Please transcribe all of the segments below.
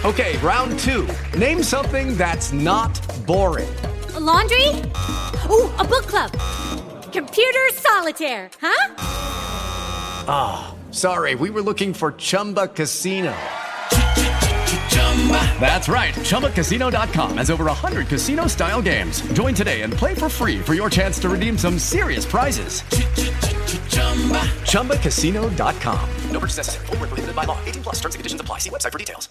Okay, round 2. Name something that's not boring. A laundry? Ooh, a book club. Computer solitaire, huh? Ah, sorry, we were looking for Chumba Casino. That's right, ChumbaCasino.com has over 100 casino-style games. Join today and play for free for your chance to redeem some serious prizes. ChumbaCasino.com. No purchase necessary. Void where prohibited by law. 18 plus. Terms and conditions apply. See website for details.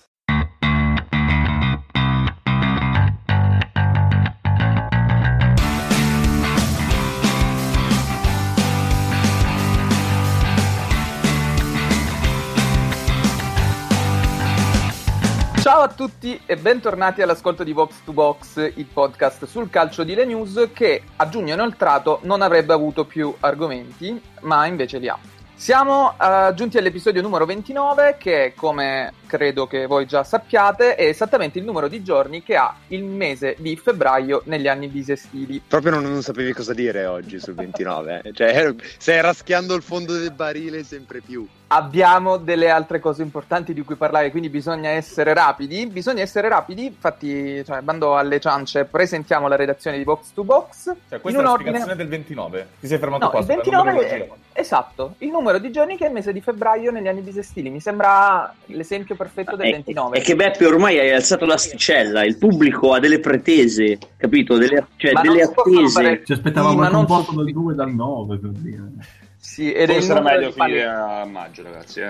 Ciao a tutti e bentornati all'ascolto di Vox to Box, il podcast sul calcio di Le News che a giugno inoltrato non avrebbe avuto più argomenti, ma invece li ha. Siamo giunti all'episodio numero 29 che, come credo che voi già sappiate, è esattamente il numero di giorni che ha il mese di febbraio negli anni bisestili. Proprio non sapevi cosa dire oggi sul 29, cioè stai raschiando il fondo del barile sempre più. Abbiamo delle altre cose importanti di cui parlare, quindi bisogna essere rapidi. Infatti, bando alle ciance, presentiamo la redazione di Box to Box. Cioè, questa è la spiegazione del 29. Ti sei fermato no, qua? Il 29 esatto, il numero di giorni che è il mese di febbraio negli anni bisestili. Mi sembra l'esempio perfetto del 29. È che Beppe ormai hai alzato l'asticella, il pubblico ha delle pretese, capito? Delle attese. Ci aspettavamo il composto dal 2 e dal 9, per dire. Sì, ed forse era meglio finire a maggio, ragazzi.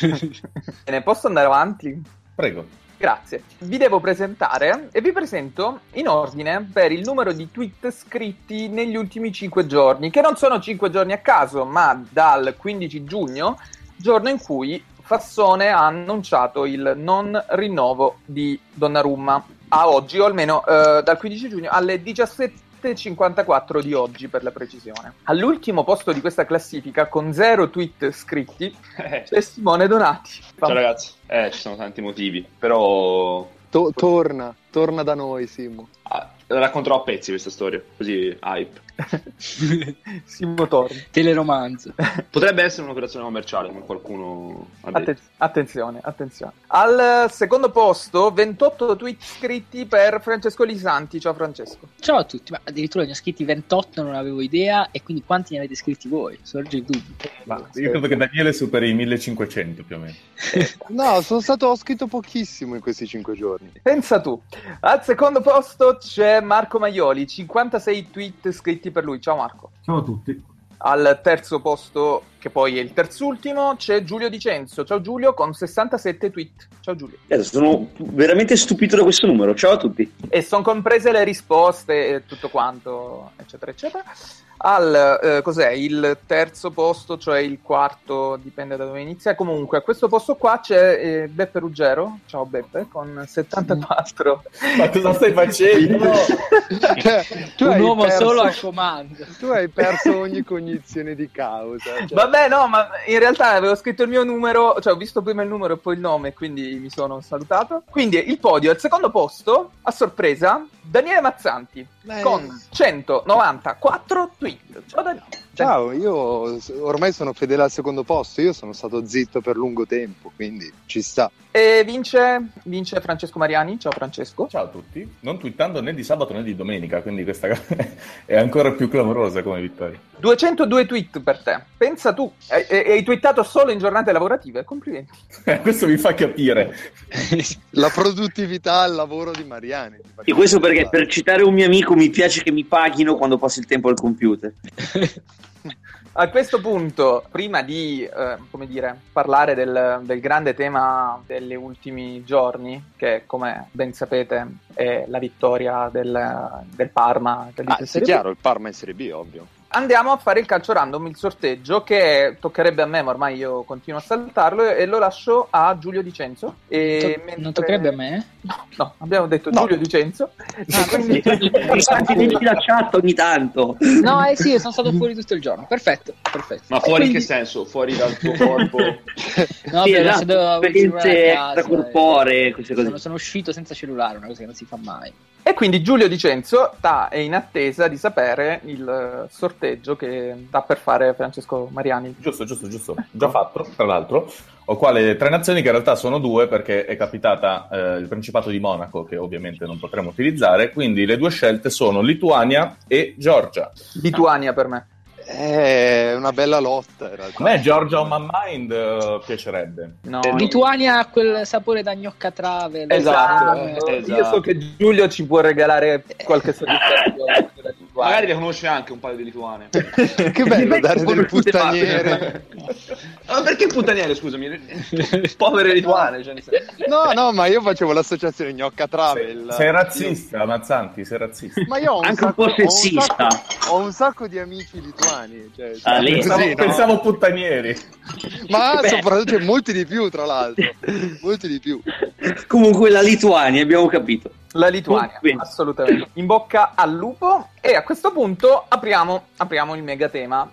Ne posso andare avanti? Prego. Grazie. Vi devo presentare e vi presento in ordine per il numero di tweet scritti negli ultimi 5 giorni, che non sono 5 giorni a caso, ma dal 15 giugno, giorno in cui Fassone ha annunciato il non rinnovo di Donnarumma a oggi, o almeno dal 15 giugno alle 17:54 di oggi, per la precisione. All'ultimo posto di questa classifica, con 0 tweet scritti, c'è Simone Donati. Ciao ragazzi, ci sono tanti motivi, però... Torna da noi, Simo. Racconterò a pezzi questa storia, così hype. Simo torna. Teleromanzo. Potrebbe essere un'operazione commerciale, come qualcuno ha detto. Attenzione. Al secondo posto, 28 tweet scritti per Francesco Lisanti. Ciao Francesco. Ciao a tutti, ma addirittura ne ho scritti 28, non avevo idea, e quindi quanti ne avete scritti voi? Sorge il dubbio. Io credo che Daniele superi i 1500 più o meno. No, ho scritto pochissimo in questi 5 giorni. Pensa tu. Al secondo posto c'è Marco Maioli, 56 tweet scritti per lui. Ciao Marco. Ciao a tutti. Al terzo posto, che poi è il terzultimo, c'è Giulio Di Censo. Ciao Giulio, con 67 tweet. Ciao Giulio. Sono veramente stupito da questo numero. Ciao a tutti. E sono comprese le risposte e tutto quanto, eccetera eccetera. Al cos'è il terzo posto, cioè il quarto, dipende da dove inizia. Comunque a questo posto qua c'è Beppe Ruggero. Ciao Beppe, con 74. Ma cosa stai facendo? Un uomo solo al comando. Tu hai perso ogni cognizione di causa. Vabbè, no, ma in realtà avevo scritto il mio numero, cioè ho visto prima il numero e poi il nome, quindi mi sono salutato. Quindi il podio, al secondo posto, a sorpresa, Daniele Mazzanti, con 194 tweet. Ciao Daniele. Ciao, io ormai sono fedele al secondo posto, io sono stato zitto per lungo tempo, quindi ci sta. E vince Francesco Mariani. Ciao Francesco. Ciao a tutti. Non twittando né di sabato né di domenica, quindi questa è ancora più clamorosa come vittoria. 202 tweet per te. Pensa tu, hai twittato solo in giornate lavorative. Complimenti. Questo mi fa capire la produttività al lavoro di Mariani. E questo perché, per citare un mio amico, mi piace che mi paghino quando passo il tempo al computer. A questo punto, prima di parlare del grande tema degli ultimi giorni, che come ben sapete è la vittoria del Parma. Sì, chiaro, il Parma in Serie B, ovvio. Andiamo a fare il calcio random, il sorteggio, che toccherebbe a me, ma ormai io continuo a saltarlo e lo lascio a Giulio Di Censo. Non toccherebbe a me? No, abbiamo detto no. Giulio Di Censo. Quindi la chat ogni tanto. No, sì, sono stato fuori tutto il giorno. Perfetto. Ma fuori in che senso? Fuori dal tuo corpo? No, sì, esperienze extracorporee, queste cose. Sono uscito senza cellulare, una cosa che non si fa mai. E quindi Giulio Dicenzo è in attesa di sapere il sorteggio che sta per fare Francesco Mariani. Giusto. Già fatto, tra l'altro. Ho qua le 3 nazioni, che in realtà sono 2, perché è capitata il Principato di Monaco, che ovviamente non potremo utilizzare. Quindi le 2 scelte sono Lituania e Georgia. Lituania per me. È una bella lotta in realtà. A me Georgia on my mind piacerebbe. No. Lituania ha quel sapore da gnocca trave. Esatto. Io so che Giulio ci può regalare qualche soddisfazione. Magari le conosce anche un paio di lituane. Che bello dare delle puttaniere. Ma perché puttaniere, scusami? Povere lituane. Cioè... No, ma io facevo l'associazione gnocca trave. Sei razzista, Mazzanti, sei razzista. Ma io ho anche un po' sessista. Ho un sacco di amici lituani. Cioè, pensavo puttanieri. Ma soprattutto molti di più, tra l'altro. Molti di più. Comunque la Lituania, abbiamo capito. La Lituania, assolutamente. In bocca al lupo. E a questo punto apriamo il megatema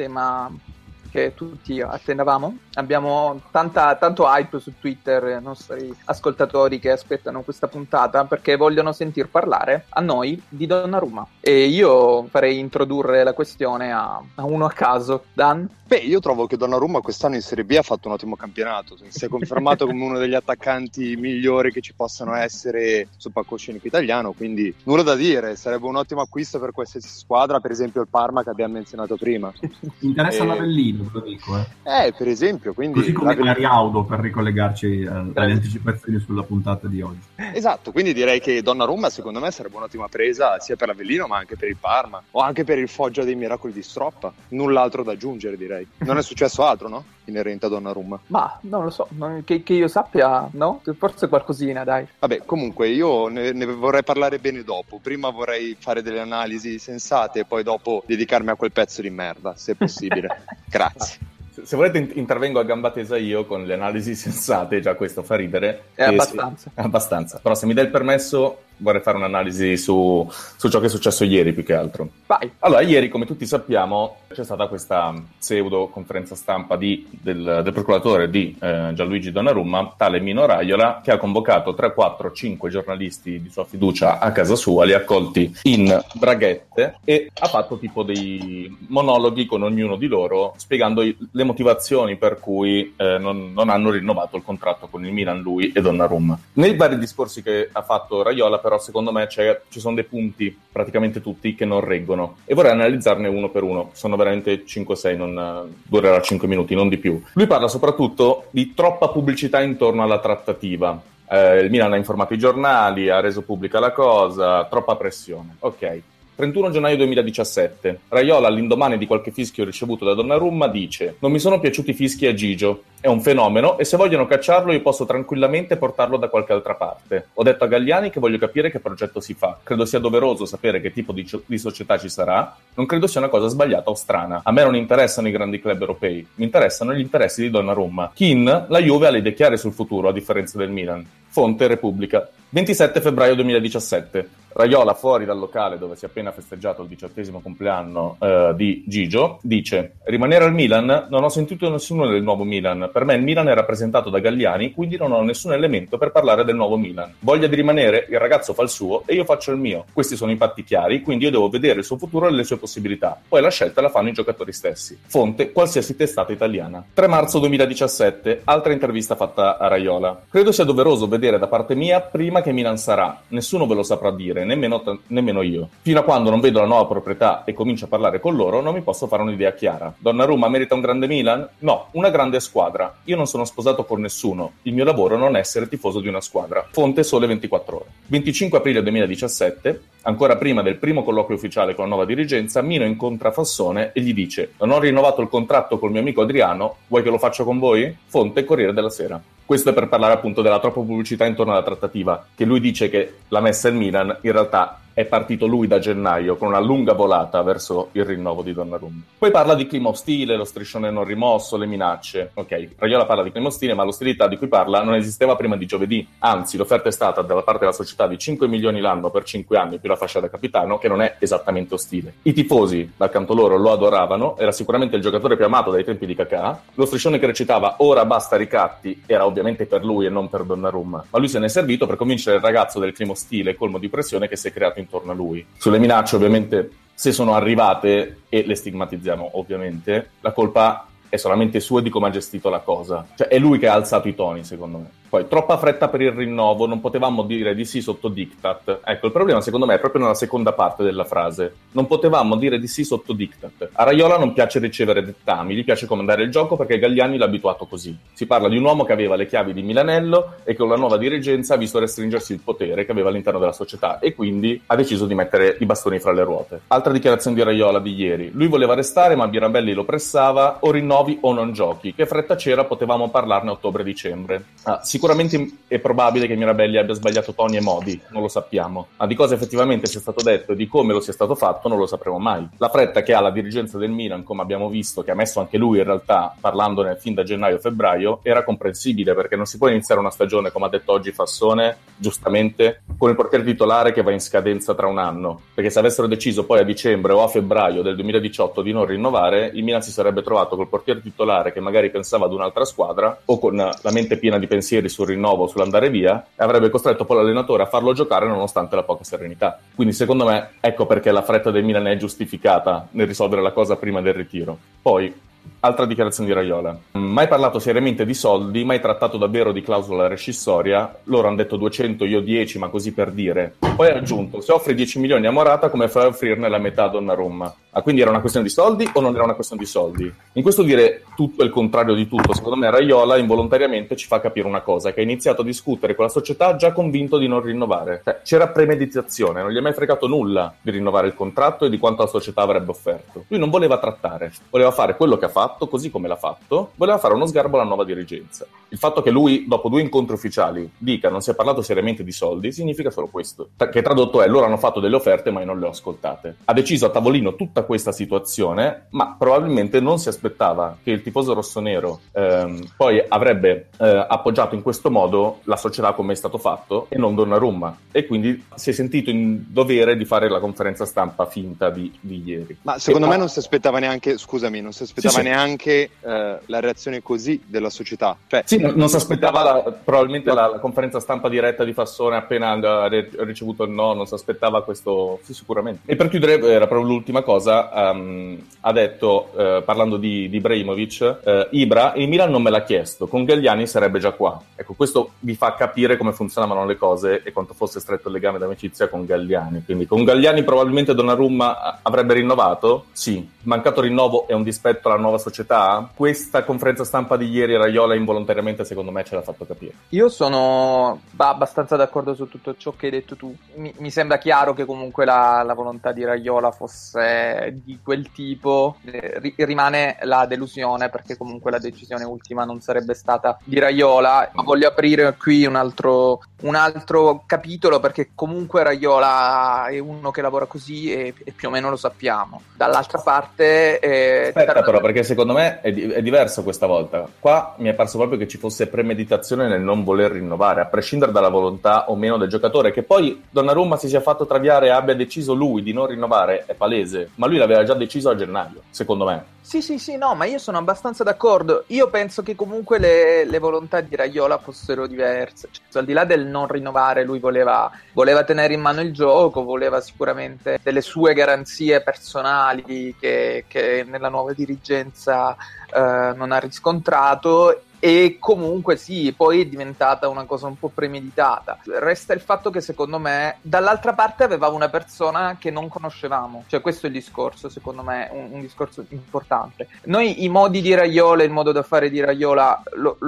che tutti attendavamo. Abbiamo tanto hype su Twitter, i nostri ascoltatori che aspettano questa puntata perché vogliono sentir parlare a noi di Donnarumma. E io farei introdurre la questione a uno a caso. Dan? Beh, io trovo che Donnarumma quest'anno in Serie B ha fatto un ottimo campionato, si è confermato come uno degli attaccanti migliori che ci possano essere sul palcoscenico italiano, quindi nulla da dire, sarebbe un ottimo acquisto per qualsiasi squadra, per esempio il Parma che abbiamo menzionato prima. Interessa l'Avellino, te lo dico. Per esempio, quindi così come Ariaudo, per ricollegarci alle anticipazioni sulla puntata di oggi. Esatto, quindi direi che Donnarumma secondo me sarebbe un'ottima presa sia per l'Avellino ma anche per il Parma o anche per il Foggia dei Miracoli di Stroppa, null'altro da aggiungere direi. Non è successo altro, no? Inerente a Donnarumma. Ma non lo so, che io sappia, no? Forse qualcosina, dai. Vabbè, comunque io ne vorrei parlare bene dopo. Prima vorrei fare delle analisi sensate e poi dopo dedicarmi a quel pezzo di merda, se possibile. Grazie. Se volete intervengo a gamba tesa io con le analisi sensate, già questo fa ridere. Abbastanza. Però se mi dai il permesso vorrei fare un'analisi su ciò che è successo ieri più che altro. Vai. Allora, ieri, come tutti sappiamo, c'è stata questa pseudo conferenza stampa del procuratore di Gianluigi Donnarumma, tale Mino Raiola, che ha convocato 3, 4, 5 giornalisti di sua fiducia a casa sua, li ha accolti in braghette e ha fatto tipo dei monologhi con ognuno di loro, spiegando le motivazioni per cui non hanno rinnovato il contratto con il Milan, lui e Donnarumma. Nei vari discorsi che ha fatto Raiola, però secondo me ci sono dei punti, praticamente tutti, che non reggono e vorrei analizzarne uno per uno. Sono veramente 5-6, non durerà 5 minuti, non di più. Lui parla soprattutto di troppa pubblicità intorno alla trattativa. Il Milan ha informato i giornali, ha reso pubblica la cosa, troppa pressione. Ok. 31 gennaio 2017. Raiola, all'indomani di qualche fischio ricevuto da Donnarumma, dice: non mi sono piaciuti i fischi a Gigio, è un fenomeno e se vogliono cacciarlo io posso tranquillamente portarlo da qualche altra parte. Ho detto a Galliani che voglio capire che progetto si fa, credo sia doveroso sapere che tipo di società ci sarà, non credo sia una cosa sbagliata o strana. A me non interessano i grandi club europei, mi interessano gli interessi di Donnarumma. Kin, la Juve ha le idee chiare sul futuro a differenza del Milan. Fonte Repubblica. 27 febbraio 2017. Raiola, fuori dal locale dove si è appena festeggiato il 18° compleanno di Gigio, dice: rimanere al Milan? Non ho sentito nessuno del nuovo Milan. Per me il Milan è rappresentato da Galliani, quindi non ho nessun elemento per parlare del nuovo Milan. Voglia di rimanere? Il ragazzo fa il suo e io faccio il mio. Questi sono i patti chiari, quindi io devo vedere il suo futuro e le sue possibilità. Poi la scelta la fanno i giocatori stessi. Fonte qualsiasi testata italiana. 3 marzo 2017. Altra intervista fatta a Raiola. Credo sia doveroso vedere da parte mia prima che Milan sarà. Nessuno ve lo saprà dire, nemmeno io. Fino a quando non vedo la nuova proprietà e comincio a parlare con loro, non mi posso fare un'idea chiara. Donnarumma merita un grande Milan? No, una grande squadra. Io non sono sposato con nessuno. Il mio lavoro non è essere tifoso di una squadra. Fonte Sole 24 Ore. 25 aprile 2017, ancora prima del primo colloquio ufficiale con la nuova dirigenza, Mino incontra Fassone e gli dice: non ho rinnovato il contratto col mio amico Adriano, vuoi che lo faccia con voi? Fonte Corriere della Sera. Questo è per parlare appunto della troppa pubblicità intorno alla trattativa, che lui dice che l'ha messa il Milan, in realtà è partito lui da gennaio con una lunga volata verso il rinnovo di Donnarumma. Poi parla di clima ostile, lo striscione non rimosso, le minacce. Ok, Raiola parla di clima ostile, ma l'ostilità di cui parla non esisteva prima di giovedì. Anzi, l'offerta è stata dalla parte della società di 5 milioni l'anno per 5 anni più la fascia da capitano, che non è esattamente ostile. I tifosi, dal canto loro, lo adoravano, era sicuramente il giocatore più amato dai tempi di Kakà. Lo striscione che recitava "ora basta ricatti" era ovviamente per lui e non per Donnarumma, ma lui se ne è servito per convincere il ragazzo del clima ostile colmo di pressione che si è creato intorno a lui. Sulle minacce, ovviamente, se sono arrivate, e le stigmatizziamo ovviamente, la colpa è solamente sua di come ha gestito la cosa. Cioè è lui che ha alzato i toni, secondo me. Poi, troppa fretta per il rinnovo, non potevamo dire di sì sotto diktat. Ecco, il problema secondo me è proprio nella seconda parte della frase. Non potevamo dire di sì sotto diktat. A Raiola non piace ricevere dettami, gli piace comandare il gioco perché Galliani l'ha abituato così. Si parla di un uomo che aveva le chiavi di Milanello e che con la nuova dirigenza ha visto restringersi il potere che aveva all'interno della società e quindi ha deciso di mettere i bastoni fra le ruote. Altra dichiarazione di Raiola di ieri. Lui voleva restare ma Mirabelli lo pressava, o rinnovi o non giochi. Che fretta c'era, potevamo parlarne a ottobre-dicembre. Sicuramente è probabile che Mirabelli abbia sbagliato toni e modi, non lo sappiamo, ma di cosa effettivamente sia stato detto e di come lo sia stato fatto non lo sapremo mai. La fretta che ha la dirigenza del Milan, come abbiamo visto, che ha messo anche lui in realtà, parlandone fin da gennaio-febbraio, era comprensibile, perché non si può iniziare una stagione, come ha detto oggi Fassone, giustamente, con il portiere titolare che va in scadenza tra un anno, perché se avessero deciso poi a dicembre o a febbraio del 2018 di non rinnovare, il Milan si sarebbe trovato col portiere titolare che magari pensava ad un'altra squadra o con la mente piena di pensieri sul rinnovo, sull'andare via, e avrebbe costretto poi l'allenatore a farlo giocare nonostante la poca serenità. Quindi secondo me ecco perché la fretta del Milan è giustificata nel risolvere la cosa prima del ritiro. Poi altra dichiarazione di Raiola. Mai parlato seriamente di soldi, mai trattato davvero di clausola rescissoria. Loro hanno detto 200, io 10, ma così per dire. Poi ha aggiunto, se offri 10 milioni a Morata, come fai a offrirne la metà a Donnarumma? Quindi era una questione di soldi o non era una questione di soldi? In questo dire tutto è il contrario di tutto. Secondo me Raiola involontariamente ci fa capire una cosa, che ha iniziato a discutere con la società già convinto di non rinnovare. Cioè, c'era premeditazione, non gli è mai fregato nulla di rinnovare il contratto e di quanto la società avrebbe offerto. Lui non voleva trattare, voleva fare quello che ha fatto, così come l'ha fatto, voleva fare uno sgarbo alla nuova dirigenza. Il fatto che lui, dopo 2 incontri ufficiali, dica non si è parlato seriamente di soldi, significa solo questo. Che tradotto è, loro hanno fatto delle offerte ma io non le ho ascoltate. Ha deciso a tavolino tutta questa situazione, ma probabilmente non si aspettava che il tifoso rossonero poi avrebbe appoggiato in questo modo la società come è stato fatto e non Donnarumma, e quindi si è sentito in dovere di fare la conferenza stampa finta di ieri. Ma secondo me non si aspettava neanche, scusami, non si aspettava neanche la reazione così della società. Cioè, sì, non si aspettava probabilmente la conferenza stampa diretta di Fassone appena ha ricevuto il no, non si aspettava questo, sì, sicuramente. E per chiudere, era proprio l'ultima cosa, ha detto, parlando di Ibrahimovic, Ibra, il Milan non me l'ha chiesto, con Galliani sarebbe già qua. Ecco, questo vi fa capire come funzionavano le cose e quanto fosse stretto il legame d'amicizia con Galliani. Quindi con Galliani probabilmente Donnarumma avrebbe rinnovato? Sì. Mancato rinnovo è un dispetto alla nuova società? Questa conferenza stampa di ieri Raiola involontariamente secondo me ce l'ha fatto capire. Io sono abbastanza d'accordo su tutto ciò che hai detto tu. Mi sembra chiaro che comunque la volontà di Raiola fosse di quel tipo. Rimane la delusione perché comunque la decisione ultima non sarebbe stata di Raiola. Ma voglio aprire qui un altro capitolo, perché comunque Raiola è uno che lavora così e più o meno lo sappiamo. Dall'altra parte aspetta però, perché secondo me è diverso questa volta. Qua mi è parso proprio che ci fosse premeditazione nel non voler rinnovare, a prescindere dalla volontà o meno del giocatore. Che poi Donnarumma si sia fatto traviare e abbia deciso lui di non rinnovare è palese, ma lui l'aveva già deciso a gennaio, secondo me. Sì, no, ma io sono abbastanza d'accordo. Io penso che comunque le volontà di Raiola fossero diverse. Cioè, al di là del non rinnovare, lui voleva tenere in mano il gioco, voleva sicuramente delle sue garanzie personali che nella nuova dirigenza non ha riscontrato. E comunque sì, poi è diventata una cosa un po' premeditata. Resta il fatto che secondo me dall'altra parte aveva una persona che non conoscevamo, cioè questo è il discorso, secondo me un discorso importante. Noi i modi di Raiola, il modo da fare di Raiola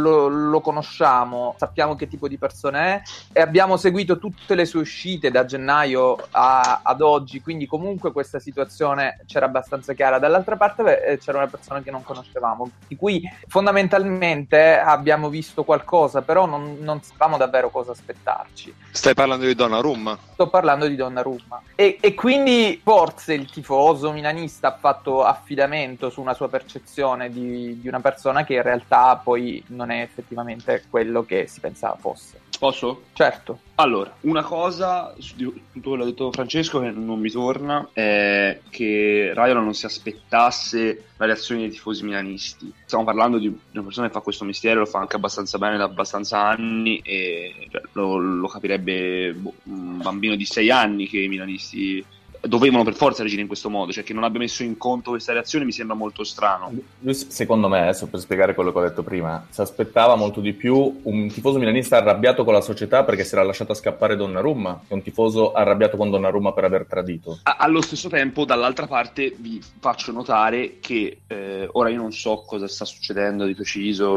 lo conosciamo, sappiamo che tipo di persona è e abbiamo seguito tutte le sue uscite da gennaio ad oggi, quindi comunque questa situazione c'era abbastanza chiara. Dall'altra parte c'era una persona che non conoscevamo, di cui fondamentalmente forse abbiamo visto qualcosa, però non sapevamo davvero cosa aspettarci. Stai parlando di Donnarumma? Sto parlando di Donnarumma. E quindi forse il tifoso milanista ha fatto affidamento su una sua percezione di una persona che in realtà poi non è effettivamente quello che si pensava fosse. Posso? Certo. Allora, una cosa su tutto quello che ha detto Francesco che non mi torna è che Raiola non si aspettasse la reazione dei tifosi milanisti. Stiamo parlando di una persona che fa questo mestiere, lo fa anche abbastanza bene da abbastanza anni e lo capirebbe un bambino di 6 anni che i milanisti dovevano per forza reagire in questo modo, cioè che non abbia messo in conto questa reazione mi sembra molto strano. Lui, secondo me, adesso per spiegare quello che ho detto prima, si aspettava molto di più un tifoso milanista arrabbiato con la società perché si era lasciata scappare Donnarumma che un tifoso arrabbiato con Donnarumma per aver tradito. Allo stesso tempo, dall'altra parte vi faccio notare che ora io non so cosa sta succedendo di preciso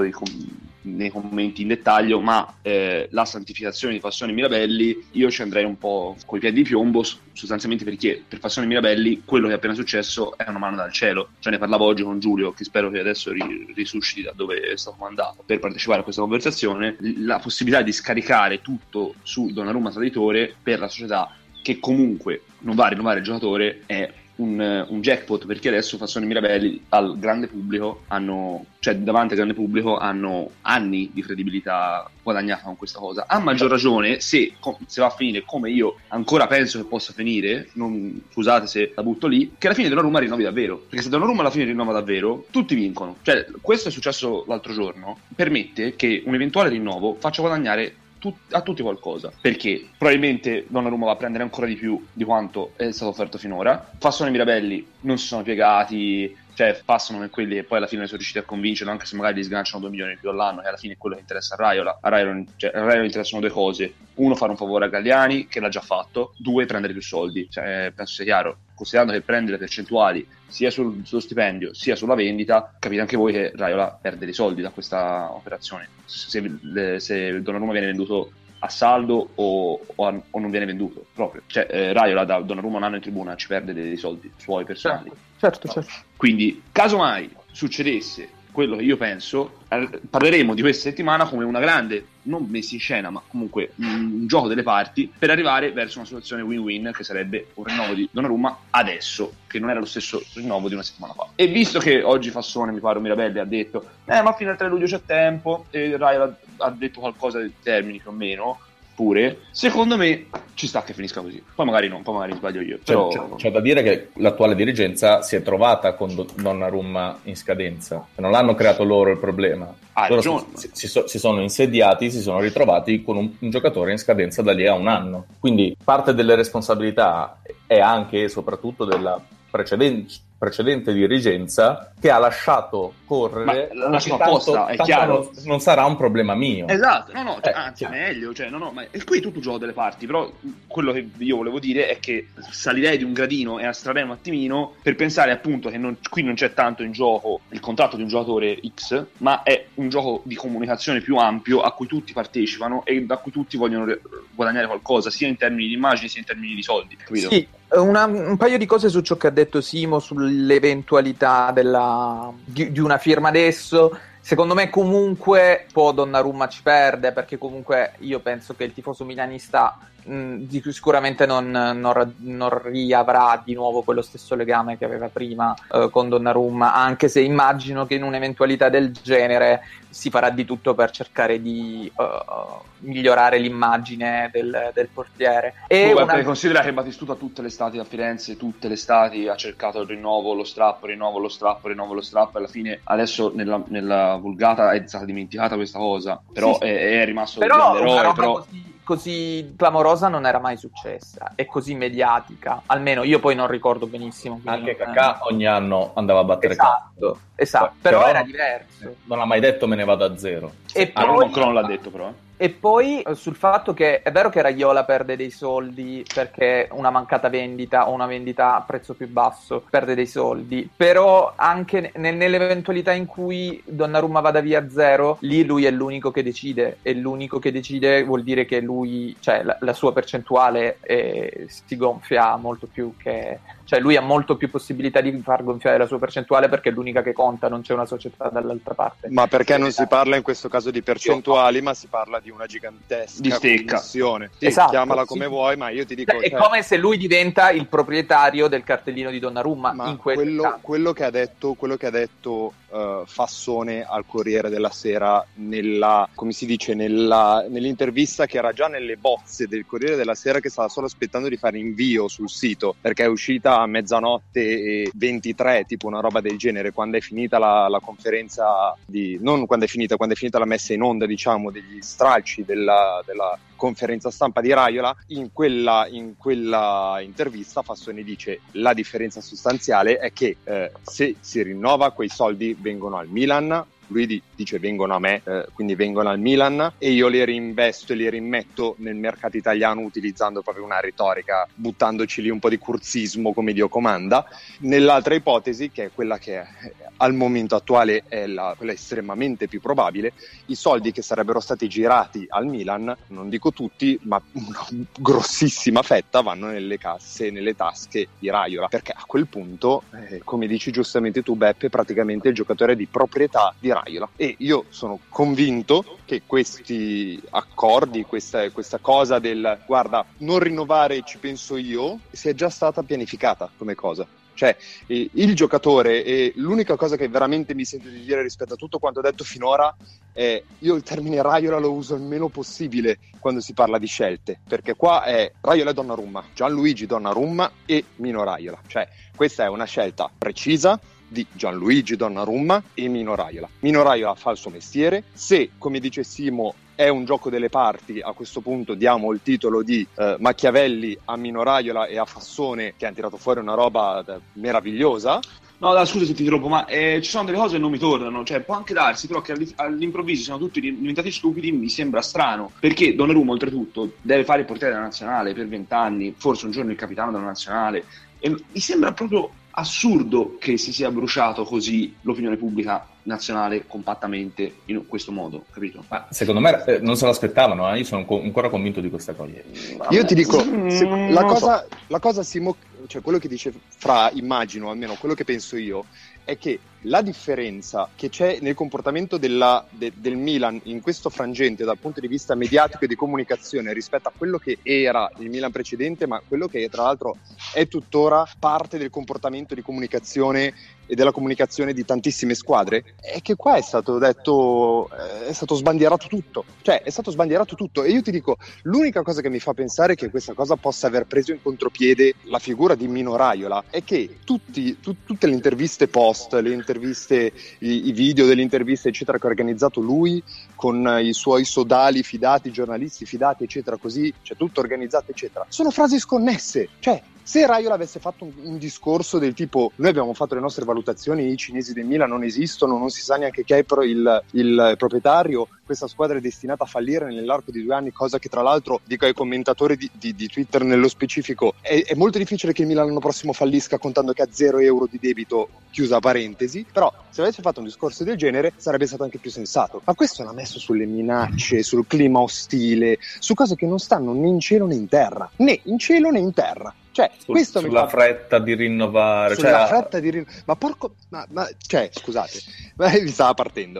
nei commenti in dettaglio, ma la santificazione di Fassone Mirabelli io ci andrei un po' coi piedi di piombo, sostanzialmente perché per Fassone Mirabelli quello che è appena successo è una mano dal cielo. Cioè ne parlavo oggi con Giulio, che spero che adesso risusciti da dove è stato mandato per partecipare a questa conversazione. La possibilità di scaricare tutto su Donnarumma traditore per la società che comunque non va a rinnovare il giocatore è un jackpot, perché adesso Fassone Mirabelli al grande pubblico davanti al grande pubblico hanno anni di credibilità guadagnata con questa cosa. A maggior ragione se va a finire come io ancora penso che possa finire, scusate se la butto lì, che alla fine Donnarumma rinnovi davvero, perché se Donnarumma alla fine rinnova davvero tutti vincono. Cioè questo è successo l'altro giorno, permette che un eventuale rinnovo faccia guadagnare a tutti qualcosa, perché probabilmente Donnarumma va a prendere ancora di più di quanto è stato offerto finora. Fassone e Mirabelli non si sono piegati, cioè passano per quelli che poi alla fine sono riusciti a convincerlo, anche se magari gli sganciano 2 milioni in più all'anno, che alla fine è quello che interessa a Raiola. A Raiola interessano 2 cose: uno, fare un favore a Galliani, che l'ha già fatto; 2, prendere più soldi. Cioè, penso sia chiaro, considerando che prende le percentuali sia sullo stipendio sia sulla vendita, capite anche voi che Raiola perde dei soldi da questa operazione. Se Donnarumma viene venduto a saldo o non viene venduto proprio, cioè Raiola da Donnarumma un anno in tribuna ci perde dei soldi suoi personali. Certo. Quindi casomai succedesse quello che io penso, parleremo di questa settimana come una grande, non messa in scena, ma comunque un gioco delle parti per arrivare verso una soluzione win-win, che sarebbe un rinnovo di Donnarumma adesso, che non era lo stesso rinnovo di una settimana fa. E visto che oggi Fassone, mi pare, Mirabelli ha detto ma fino al 3 luglio c'è tempo, e Raiola ha detto qualcosa dei termini più o meno pure, secondo me ci sta che finisca così. Poi magari no, poi magari sbaglio io, però c'è da dire che l'attuale dirigenza si è trovata con Donnarumma in scadenza, non l'hanno creato loro il problema. Loro si sono insediati, si sono ritrovati con un giocatore in scadenza da lì a un anno, quindi parte delle responsabilità è anche e soprattutto della precedente dirigenza, che ha lasciato correre. Ma la sua apposta è chiaro, non sarà un problema mio. Esatto, anzi meglio, ma e qui è tutto gioco delle parti. Però quello che io volevo dire è che salirei di un gradino e astrarrei un attimino per pensare appunto che qui non c'è tanto in gioco il contratto di un giocatore X, ma è un gioco di comunicazione più ampio a cui tutti partecipano e da cui tutti vogliono guadagnare qualcosa, sia in termini di immagini sia in termini di soldi, capito? Sì. Un paio di cose su ciò che ha detto Simo sull'eventualità di una firma adesso. Secondo me comunque Donnarumma ci perde, perché comunque io penso che il tifoso milanista sicuramente non riavrà di nuovo quello stesso legame che aveva prima con Donnarumma, anche se immagino che in un'eventualità del genere si farà di tutto per cercare di migliorare l'immagine del portiere. E considera che Batistuta tutte le estati a Firenze, tutte le estati ha cercato il rinnovo, lo strappo, e alla fine adesso nella vulgata è stata dimenticata questa cosa, però sì. È rimasto un grande eroe, così clamorosa non era mai successa, e così mediatica, almeno io poi non ricordo benissimo. Anche Kakà ogni anno andava a battere esatto, però era diverso. Non ha mai detto me ne vado a zero. E poi non l'ha detto però. E poi sul fatto che è vero che Raiola perde dei soldi perché una mancata vendita o una vendita a prezzo più basso perde dei soldi, però anche nell'eventualità in cui Donnarumma vada via a zero, lì lui è l'unico che decide, e l'unico che decide vuol dire che lui, cioè la sua percentuale si gonfia molto più che cioè lui ha molto più possibilità di far gonfiare la sua percentuale perché è l'unica che conta, non c'è una società dall'altra parte. Ma perché non si parla in questo caso di percentuali, ma si parla di una gigantesca commissione. Sì, esatto, chiamala come vuoi, ma io ti dico... È come se lui diventa il proprietario del cartellino di Donnarumma. Ma in quello che ha detto Fassone al Corriere della Sera nell'intervista che era già nelle bozze del Corriere della Sera, che stava solo aspettando di fare invio sul sito, perché è uscita a mezzanotte e 23, tipo una roba del genere, quando è finita la conferenza non quando è finita la messa in onda, diciamo, degli stralci della conferenza stampa di Raiola. In quella intervista Fassone dice: la differenza sostanziale è che se si rinnova, quei soldi vengono al Milan. Lui dice vengono a me, quindi vengono al Milan, e io li reinvesto e li rimetto nel mercato italiano, utilizzando proprio una retorica, buttandoci lì un po' di curzismo come Dio comanda. Nell'altra ipotesi, che è quella che al momento attuale è quella estremamente più probabile, i soldi che sarebbero stati girati al Milan, non dico tutti, ma una grossissima fetta, vanno nelle casse, nelle tasche di Raiola, perché a quel punto, come dici giustamente tu Beppe, praticamente il giocatore è di proprietà di Raiola. E io sono convinto che questi accordi, questa cosa del guarda, non rinnovare ci penso io, sia già stata pianificata come cosa. Cioè il giocatore, e l'unica cosa che veramente mi sento di dire rispetto a tutto quanto ho detto finora è: io il termine Raiola lo uso il meno possibile quando si parla di scelte, perché qua è Raiola e Donnarumma, Gianluigi Donnarumma e Mino Raiola. Cioè questa è una scelta precisa di Gianluigi Donnarumma e Mino Raiola. Mino Raiola fa il suo mestiere. Se, come dice Simo, è un gioco delle parti, a questo punto diamo il titolo di Machiavelli a Mino Raiola e a Fassone, che hanno tirato fuori una roba meravigliosa. No, scusa se ti interrompo, ma ci sono delle cose che non mi tornano, cioè può anche darsi, però che all'improvviso siamo tutti diventati stupidi, mi sembra strano, perché Donnarumma oltretutto deve fare il portiere della nazionale per 20 anni, forse un giorno il capitano della nazionale, e mi sembra proprio assurdo che si sia bruciato così l'opinione pubblica nazionale compattamente in questo modo, capito? Ma secondo me non se l'aspettavano, io sono ancora convinto di questa cosa. Io ti dico, la cosa Simo, cioè quello che dice Fra, immagino, almeno quello che penso io, è che la differenza che c'è nel comportamento del Milan in questo frangente dal punto di vista mediatico e di comunicazione rispetto a quello che era il Milan precedente, ma quello che tra l'altro è tuttora parte del comportamento di comunicazione e della comunicazione di tantissime squadre, è che qua è stato detto, è stato sbandierato tutto, e io ti dico, l'unica cosa che mi fa pensare che questa cosa possa aver preso in contropiede la figura di Mino Raiola è che tutte le interviste post, le interviste, i video delle interviste eccetera che ha organizzato lui con i suoi sodali fidati, giornalisti fidati eccetera, così, cioè tutto organizzato eccetera, sono frasi sconnesse. Cioè se Raiola avesse fatto un discorso del tipo: noi abbiamo fatto le nostre valutazioni, i cinesi del Milan non esistono, non si sa neanche chi è il proprietario, questa squadra è destinata a fallire nell'arco di 2 anni, cosa che tra l'altro, dico ai commentatori di Twitter nello specifico, è molto difficile che il Milan l'anno prossimo fallisca contando che ha 0 euro di debito, chiusa parentesi, però se avesse fatto un discorso del genere sarebbe stato anche più sensato. Ma questo l'ha messo sulle minacce, sul clima ostile, su cose che non stanno né in cielo né in terra, Cioè, questo sulla fretta di rinnovare, fretta di rinnovare. Ma porco, ma cioè, scusate, mi stava partendo.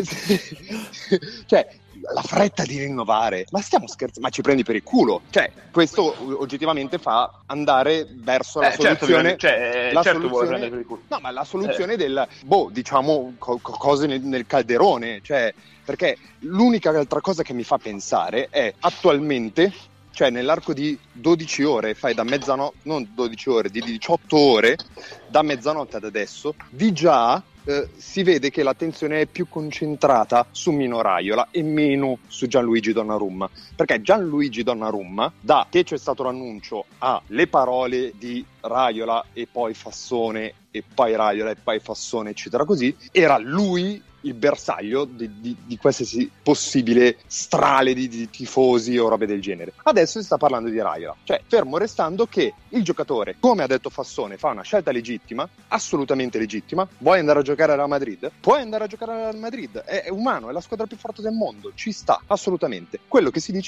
Cioè, la fretta di rinnovare, ma stiamo scherzando, ma ci prendi per il culo? Cioè, questo oggettivamente fa andare verso la soluzione. Vuole prendere per il culo. No, ma la soluzione diciamo cose nel calderone, cioè, perché l'unica altra cosa che mi fa pensare è attualmente, cioè nell'arco di 12 ore, fai da mezzanotte, non 12 ore, di 18 ore, da mezzanotte ad adesso, di già si vede che l'attenzione è più concentrata su Mino Raiola e meno su Gianluigi Donnarumma, perché Gianluigi Donnarumma, da che c'è stato l'annuncio alle parole di Raiola e poi Fassone e poi Raiola e poi Fassone eccetera così, era lui il bersaglio di qualsiasi possibile strale di tifosi o robe del genere. Adesso si sta parlando di Raiola, cioè fermo restando che il giocatore, come ha detto Fassone, fa una scelta legittima, assolutamente legittima. Vuoi andare a giocare al Real Madrid? Puoi andare a giocare al Real Madrid, è umano, è la squadra più forte del mondo, ci sta, assolutamente. Quello che si dice è: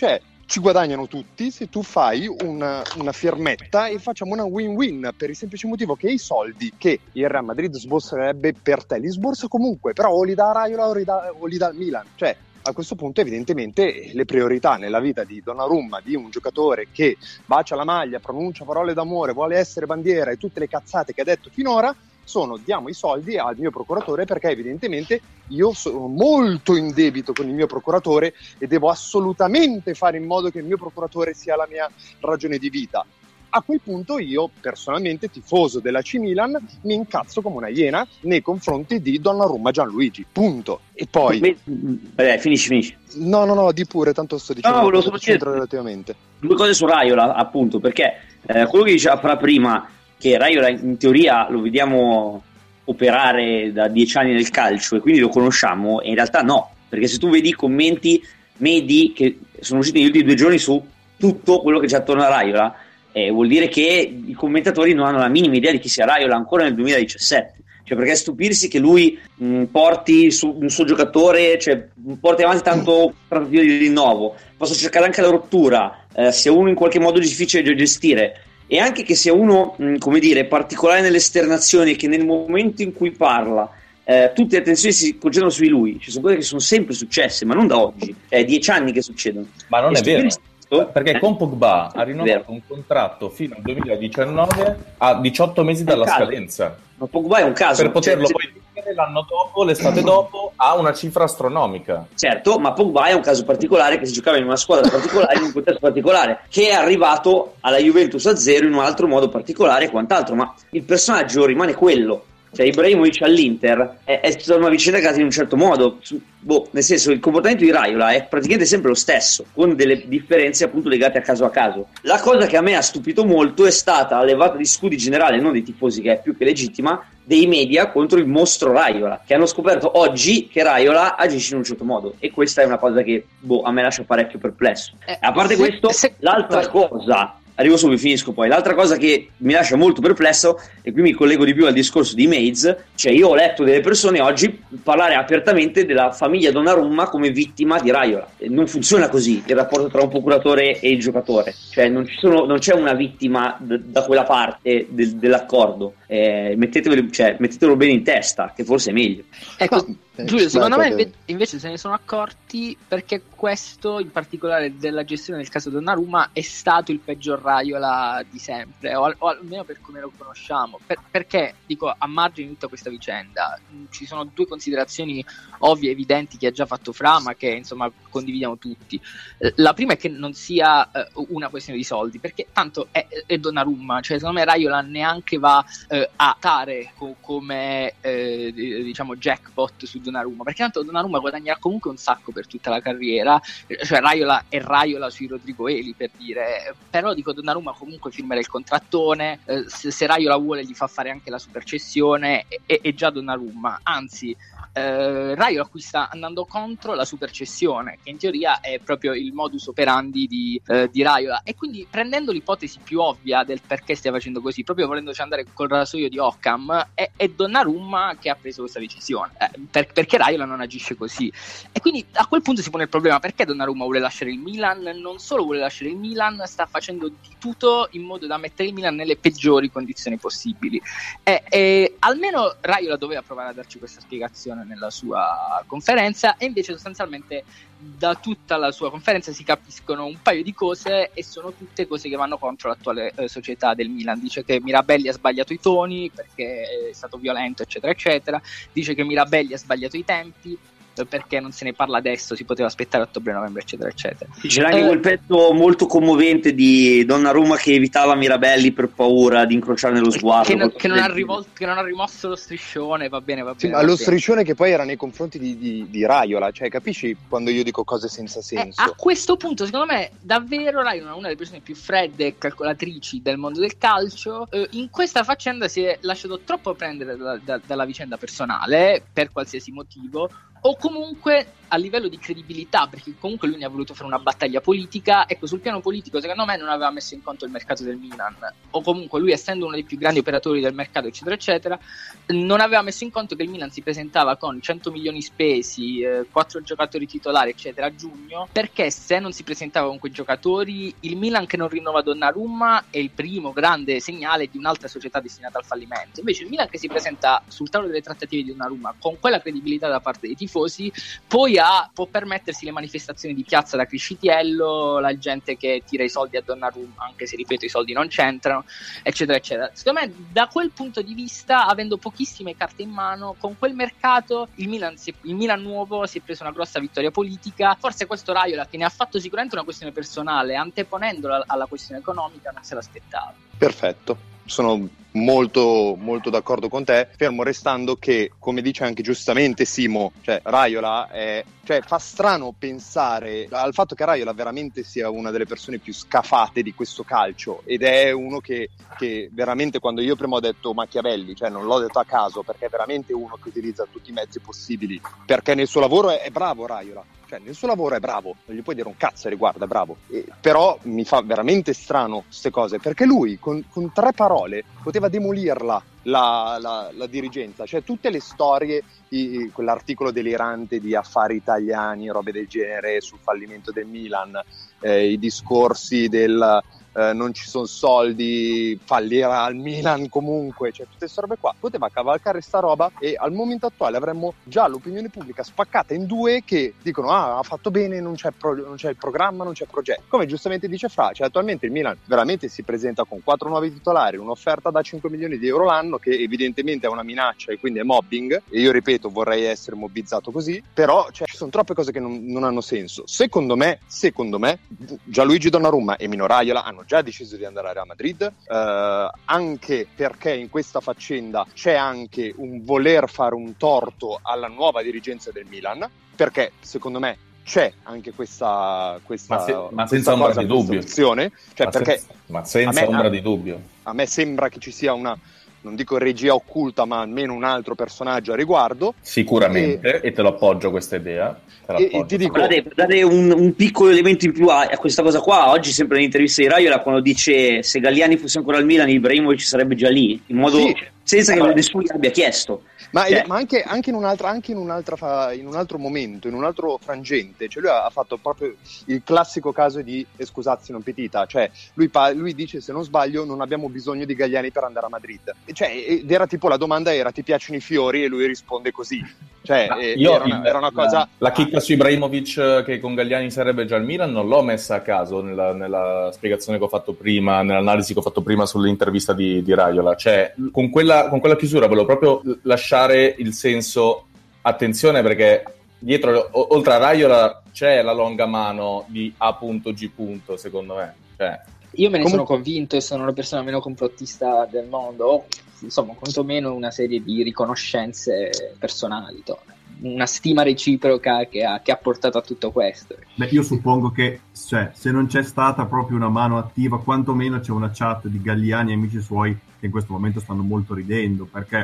ci guadagnano tutti se tu fai una firmetta e facciamo una win-win, per il semplice motivo che i soldi che il Real Madrid sborserebbe per te li sborsa comunque, però o li dà a Raiola o li dà al Milan. Cioè, a questo punto evidentemente le priorità nella vita di Donnarumma, di un giocatore che bacia la maglia, pronuncia parole d'amore, vuole essere bandiera e tutte le cazzate che ha detto finora, sono: diamo i soldi al mio procuratore, perché evidentemente io sono molto in debito con il mio procuratore e devo assolutamente fare in modo che il mio procuratore sia la mia ragione di vita. A quel punto io, personalmente, tifoso dell'AC Milan, mi incazzo come una iena nei confronti di Donnarumma Gianluigi, punto. E poi... Vabbè, finisci. No, di pure, tanto sto dicendo. No, volevo solo dire relativamente. Due cose su Raiola, appunto, perché quello che diceva Fra prima, che Raiola in teoria lo vediamo operare da 10 anni nel calcio e quindi lo conosciamo, e in realtà no, perché se tu vedi i commenti medi che sono usciti negli ultimi 2 giorni su tutto quello che c'è attorno a Raiola, vuol dire che i commentatori non hanno la minima idea di chi sia Raiola ancora nel 2017. Cioè, perché stupirsi che lui porti un suo giocatore, cioè porti avanti tanto trattative di rinnovo, possa cercare anche la rottura, sia uno in qualche modo difficile da gestire, e anche che sia uno, come dire, particolare nelle esternazioni, che nel momento in cui parla tutte le attenzioni si concentrano su di lui. Ci sono cose che sono sempre successe, ma non da oggi, è 10 anni che succedono. Ma non è vero, perché con Pogba ha rinnovato un contratto fino al 2019 a 18 mesi dalla scadenza. Ma Pogba è un caso. Per poterlo poi vendere l'anno dopo, l'estate dopo, a una cifra astronomica. Certo, ma Pogba è un caso particolare, che si giocava in una squadra particolare, in un contesto particolare, che è arrivato alla Juventus a zero in un altro modo particolare e quant'altro, ma il personaggio rimane quello. Cioè, Ibrahimovic all'Inter è stata una vicenda che in un certo modo, nel senso, il comportamento di Raiola è praticamente sempre lo stesso, con delle differenze appunto legate a caso. La cosa che a me ha stupito molto è stata la levata di scudi generale, non dei tifosi, che è più che legittima, dei media contro il mostro Raiola, che hanno scoperto oggi che Raiola agisce in un certo modo, e questa è una cosa che a me lascia parecchio perplesso. A parte questo, l'altra cosa... Arrivo subito, finisco poi. L'altra cosa che mi lascia molto perplesso, e qui mi collego di più al discorso di Mays, cioè io ho letto delle persone oggi parlare apertamente della famiglia Donnarumma come vittima di Raiola. Non funziona così il rapporto tra un procuratore e il giocatore, cioè non c'è una vittima da quella parte dell'accordo. Mettetelo bene in testa, che forse è meglio. Ecco, Giulio, secondo me invece se ne sono accorti, perché questo in particolare della gestione del caso Donnarumma è stato il peggior Raiola di sempre, o almeno per come lo conosciamo, perché dico, a margine di tutta questa vicenda ci sono 2 considerazioni ovvie e evidenti che ha già fatto Fra, ma che insomma condividiamo tutti. La prima è che non sia una questione di soldi, perché tanto è Donnarumma, cioè secondo me Raiola neanche va a tare come diciamo jackpot su Donnarumma, perché tanto Donnarumma guadagnerà comunque un sacco per tutta la carriera, cioè Raiola è Raiola sui Rodrigo Eli, per dire, però dico Donnarumma comunque firmerà il contrattone, se Raiola vuole gli fa fare anche la supercessione, e già Donnarumma, anzi Raiola qui sta andando contro la supercessione, che in teoria è proprio il modus operandi di Raiola, e quindi prendendo l'ipotesi più ovvia del perché stia facendo così, proprio volendoci andare col rasoio di Occam, è Donnarumma che ha preso questa decisione, perché Raiola non agisce così, e quindi a quel punto si pone il problema: perché Donnarumma vuole lasciare il Milan? Non solo vuole lasciare il Milan, sta facendo di tutto in modo da mettere il Milan nelle peggiori condizioni possibili, e almeno Raiola doveva provare a darci questa spiegazione nella sua conferenza, e invece sostanzialmente da tutta la sua conferenza si capiscono un paio di cose, e sono tutte cose che vanno contro l'attuale società del Milan. Dice che Mirabelli ha sbagliato i toni perché è stato violento, eccetera eccetera, dice che Mirabelli ha sbagliato i tempi perché non se ne parla adesso, si poteva aspettare ottobre-novembre, eccetera eccetera. C'era anche quel pezzo molto commovente di Donnarumma che evitava Mirabelli per paura di incrociare nello sguardo, che non ha rimosso lo striscione. Va bene, ma lo striscione che poi era nei confronti di Raiola, cioè capisci quando io dico cose senza senso? A questo punto secondo me davvero Raiola è una delle persone più fredde e calcolatrici del mondo del calcio. In questa faccenda si è lasciato troppo prendere dalla vicenda personale, per qualsiasi motivo, o comunque a livello di credibilità, perché comunque lui ne ha voluto fare una battaglia politica. Ecco, sul piano politico secondo me non aveva messo in conto il mercato del Milan, o comunque lui, essendo uno dei più grandi operatori del mercato eccetera eccetera, non aveva messo in conto che il Milan si presentava con 100 milioni spesi, 4 giocatori titolari eccetera a giugno, perché se non si presentava con quei giocatori, il Milan che non rinnova Donnarumma è il primo grande segnale di un'altra società destinata al fallimento. Invece il Milan che si presenta sul tavolo delle trattative di Donnarumma con quella credibilità da parte dei tifosi, poi può permettersi le manifestazioni di piazza da Criscitiello, la gente che tira i soldi a Donnarumma, anche se ripeto i soldi non c'entrano, eccetera eccetera. Secondo me da quel punto di vista, avendo pochissime carte in mano, con quel mercato il Milan nuovo si è preso una grossa vittoria politica. Forse questo Raiola, che ne ha fatto sicuramente una questione personale, anteponendola alla questione economica, non se l'aspettava. Perfetto, sono molto molto d'accordo con te, fermo restando che, come dice anche giustamente Simo, cioè Raiola fa strano pensare al fatto che Raiola veramente sia una delle persone più scafate di questo calcio, ed è uno che veramente, quando io prima ho detto Machiavelli, cioè non l'ho detto a caso, perché è veramente uno che utilizza tutti i mezzi possibili, perché nel suo lavoro è bravo Raiola. Cioè, nel suo lavoro è bravo, non gli puoi dire un cazzo a riguardo, è bravo. Però mi fa veramente strano queste cose, perché lui con 3 parole poteva demolirla la dirigenza. Cioè, tutte le storie, quell'articolo delirante di Affari Italiani, robe del genere, sul fallimento del Milan, i discorsi del non ci sono soldi, fallirà al Milan comunque, cioè tutte queste robe qua, poteva cavalcare sta roba e al momento attuale avremmo già l'opinione pubblica spaccata in 2 che dicono ha fatto bene, non c'è il programma, non c'è progetto. Come giustamente dice Fra, cioè attualmente il Milan veramente si presenta con 4 nuovi titolari, un'offerta da 5 milioni di euro l'anno, che evidentemente è una minaccia e quindi è mobbing, e io ripeto vorrei essere mobbizzato così, però ci sono troppe cose che non hanno senso. Secondo me Gianluigi Donnarumma e Mino Raiola hanno già deciso di andare a Real Madrid, anche perché in questa faccenda c'è anche un voler fare un torto alla nuova dirigenza del Milan, perché secondo me c'è anche questa ma senza ombra di dubbio, cioè senza ombra di dubbio a me sembra che ci sia una, non dico regia occulta, ma almeno un altro personaggio a riguardo. Sicuramente, e te lo appoggio questa idea. E ti dico, per dare un piccolo elemento in più a questa cosa qua, oggi sempre nell'intervista di Raiola, quando dice se Galliani fosse ancora al Milan, Ibrahimovic sarebbe già lì, in modo senza che nessuno gli abbia chiesto. Ma anche in un altro momento, in un altro frangente, cioè lui ha fatto proprio il classico caso di excusatio non petita, cioè lui dice, se non sbaglio, non abbiamo bisogno di Galliani per andare a Madrid, ed era tipo, la domanda era ti piacciono i fiori, e lui risponde così, cioè era una cosa. La chicca su Ibrahimovic che con Galliani sarebbe già al Milan non l'ho messa a caso nella spiegazione che ho fatto prima, nell'analisi che ho fatto prima sull'intervista di Raiola, cioè con quella chiusura volevo proprio lasciare il senso, attenzione, perché dietro, oltre a Raiola, c'è la longa mano di A.G. secondo me, cioè. Io me ne sono convinto e sono la persona meno complottista del mondo, o insomma quantomeno una serie di riconoscenze personali, una stima reciproca che ha portato a tutto questo. Beh, io suppongo che se non c'è stata proprio una mano attiva, quantomeno c'è una chat di Galliani e amici suoi che in questo momento stanno molto ridendo, perché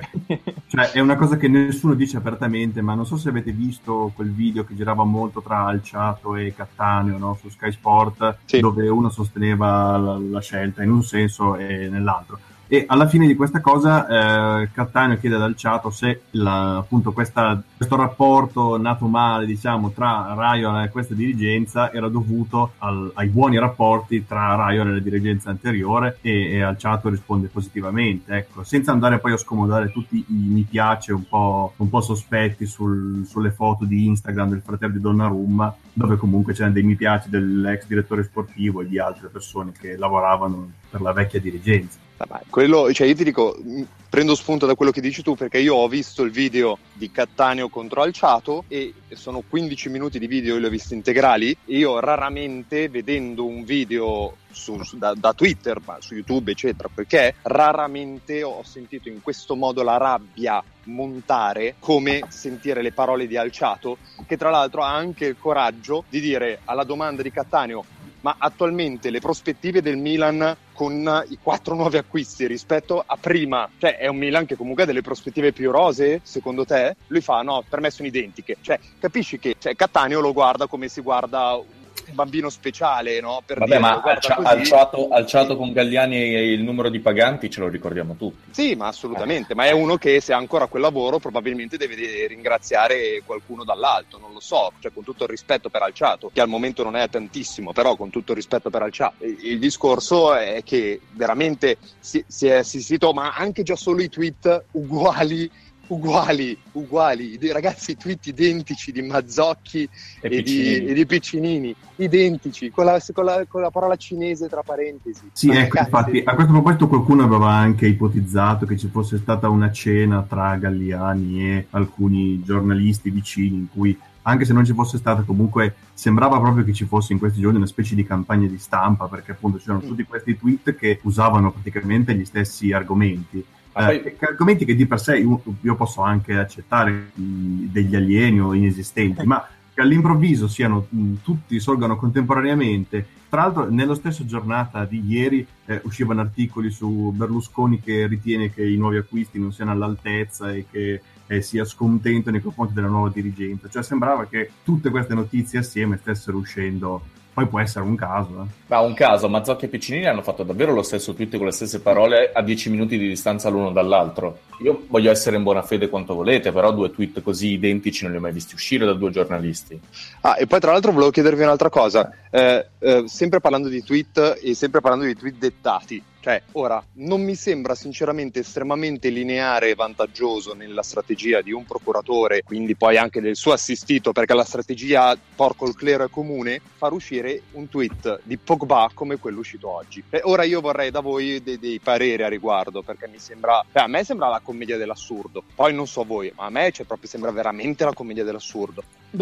è una cosa che nessuno dice apertamente, ma non so se avete visto quel video che girava molto tra Alciato e Cattaneo, no? Su Sky Sport, sì, dove uno sosteneva la scelta in un senso e nell'altro. E alla fine di questa cosa Cattaneo chiede ad Alciato se appunto questo rapporto nato male, diciamo, tra Raiola e questa dirigenza era dovuto ai buoni rapporti tra Raiola e la dirigenza anteriore, e Alciato risponde positivamente, ecco, senza andare poi a scomodare tutti i mi piace un po' sospetti sulle foto di Instagram del fratello di Donnarumma, dove comunque c'erano dei mi piace dell'ex direttore sportivo e di altre persone che lavoravano per la vecchia dirigenza. Quello, cioè, io ti dico, prendo spunto da quello che dici tu, perché io ho visto il video di Cattaneo contro Alciato e sono 15 minuti di video, io li ho visti integrali, e io raramente, vedendo un video da Twitter, ma su YouTube eccetera, perché raramente ho sentito in questo modo la rabbia montare come sentire le parole di Alciato, che tra l'altro ha anche il coraggio di dire alla domanda di Cattaneo ma attualmente le prospettive del Milan con i 4 nuovi acquisti rispetto a prima, cioè è un Milan che comunque ha delle prospettive più rosee, secondo te? Lui fa, no, per me sono identiche. Cioè, capisci che Cattaneo lo guarda come si guarda un bambino speciale, no? Per vabbè, dire, ma alciato con Galliani e il numero di paganti ce lo ricordiamo tutti. Sì, ma assolutamente, ma è uno che se ha ancora quel lavoro probabilmente deve ringraziare qualcuno dall'alto, non lo so, cioè con tutto il rispetto per Alciato, che al momento non è tantissimo, però con tutto il rispetto per Alciato. Il discorso è che veramente si è assistito, ma anche già solo i tweet uguali, ragazzi, i tweet identici di Mazzocchi e di Piccinini, identici, con la parola cinese tra parentesi. Sì, ecco, infatti, a questo proposito qualcuno aveva anche ipotizzato che ci fosse stata una cena tra Galliani e alcuni giornalisti vicini in cui, anche se non ci fosse stata, comunque sembrava proprio che ci fosse in questi giorni una specie di campagna di stampa, perché appunto c'erano tutti questi tweet che usavano praticamente gli stessi argomenti. Argomenti che di per sé io posso anche accettare, degli alieni o inesistenti, ma che all'improvviso tutti sorgano contemporaneamente. Tra l'altro nello stesso giornata di ieri uscivano articoli su Berlusconi che ritiene che i nuovi acquisti non siano all'altezza e che sia scontento nei confronti della nuova dirigenza. Cioè sembrava che tutte queste notizie assieme stessero uscendo. Poi può essere un caso. Ma un caso, Mazzocchi e Piccinini hanno fatto davvero lo stesso tweet con le stesse parole a 10 minuti di distanza l'uno dall'altro. Io voglio essere in buona fede quanto volete, però 2 tweet così identici non li ho mai visti uscire da 2 giornalisti. E poi tra l'altro volevo chiedervi un'altra cosa, sempre parlando di tweet e sempre parlando di tweet dettati. Cioè, ora, non mi sembra sinceramente estremamente lineare e vantaggioso nella strategia di un procuratore, quindi poi anche del suo assistito, perché la strategia porco il clero è comune, far uscire un tweet di Pogba come quello uscito oggi. Ora io vorrei da voi dei pareri a riguardo, perché mi sembra, a me sembra la commedia dell'assurdo. Poi non so voi, ma a me proprio sembra veramente la commedia dell'assurdo.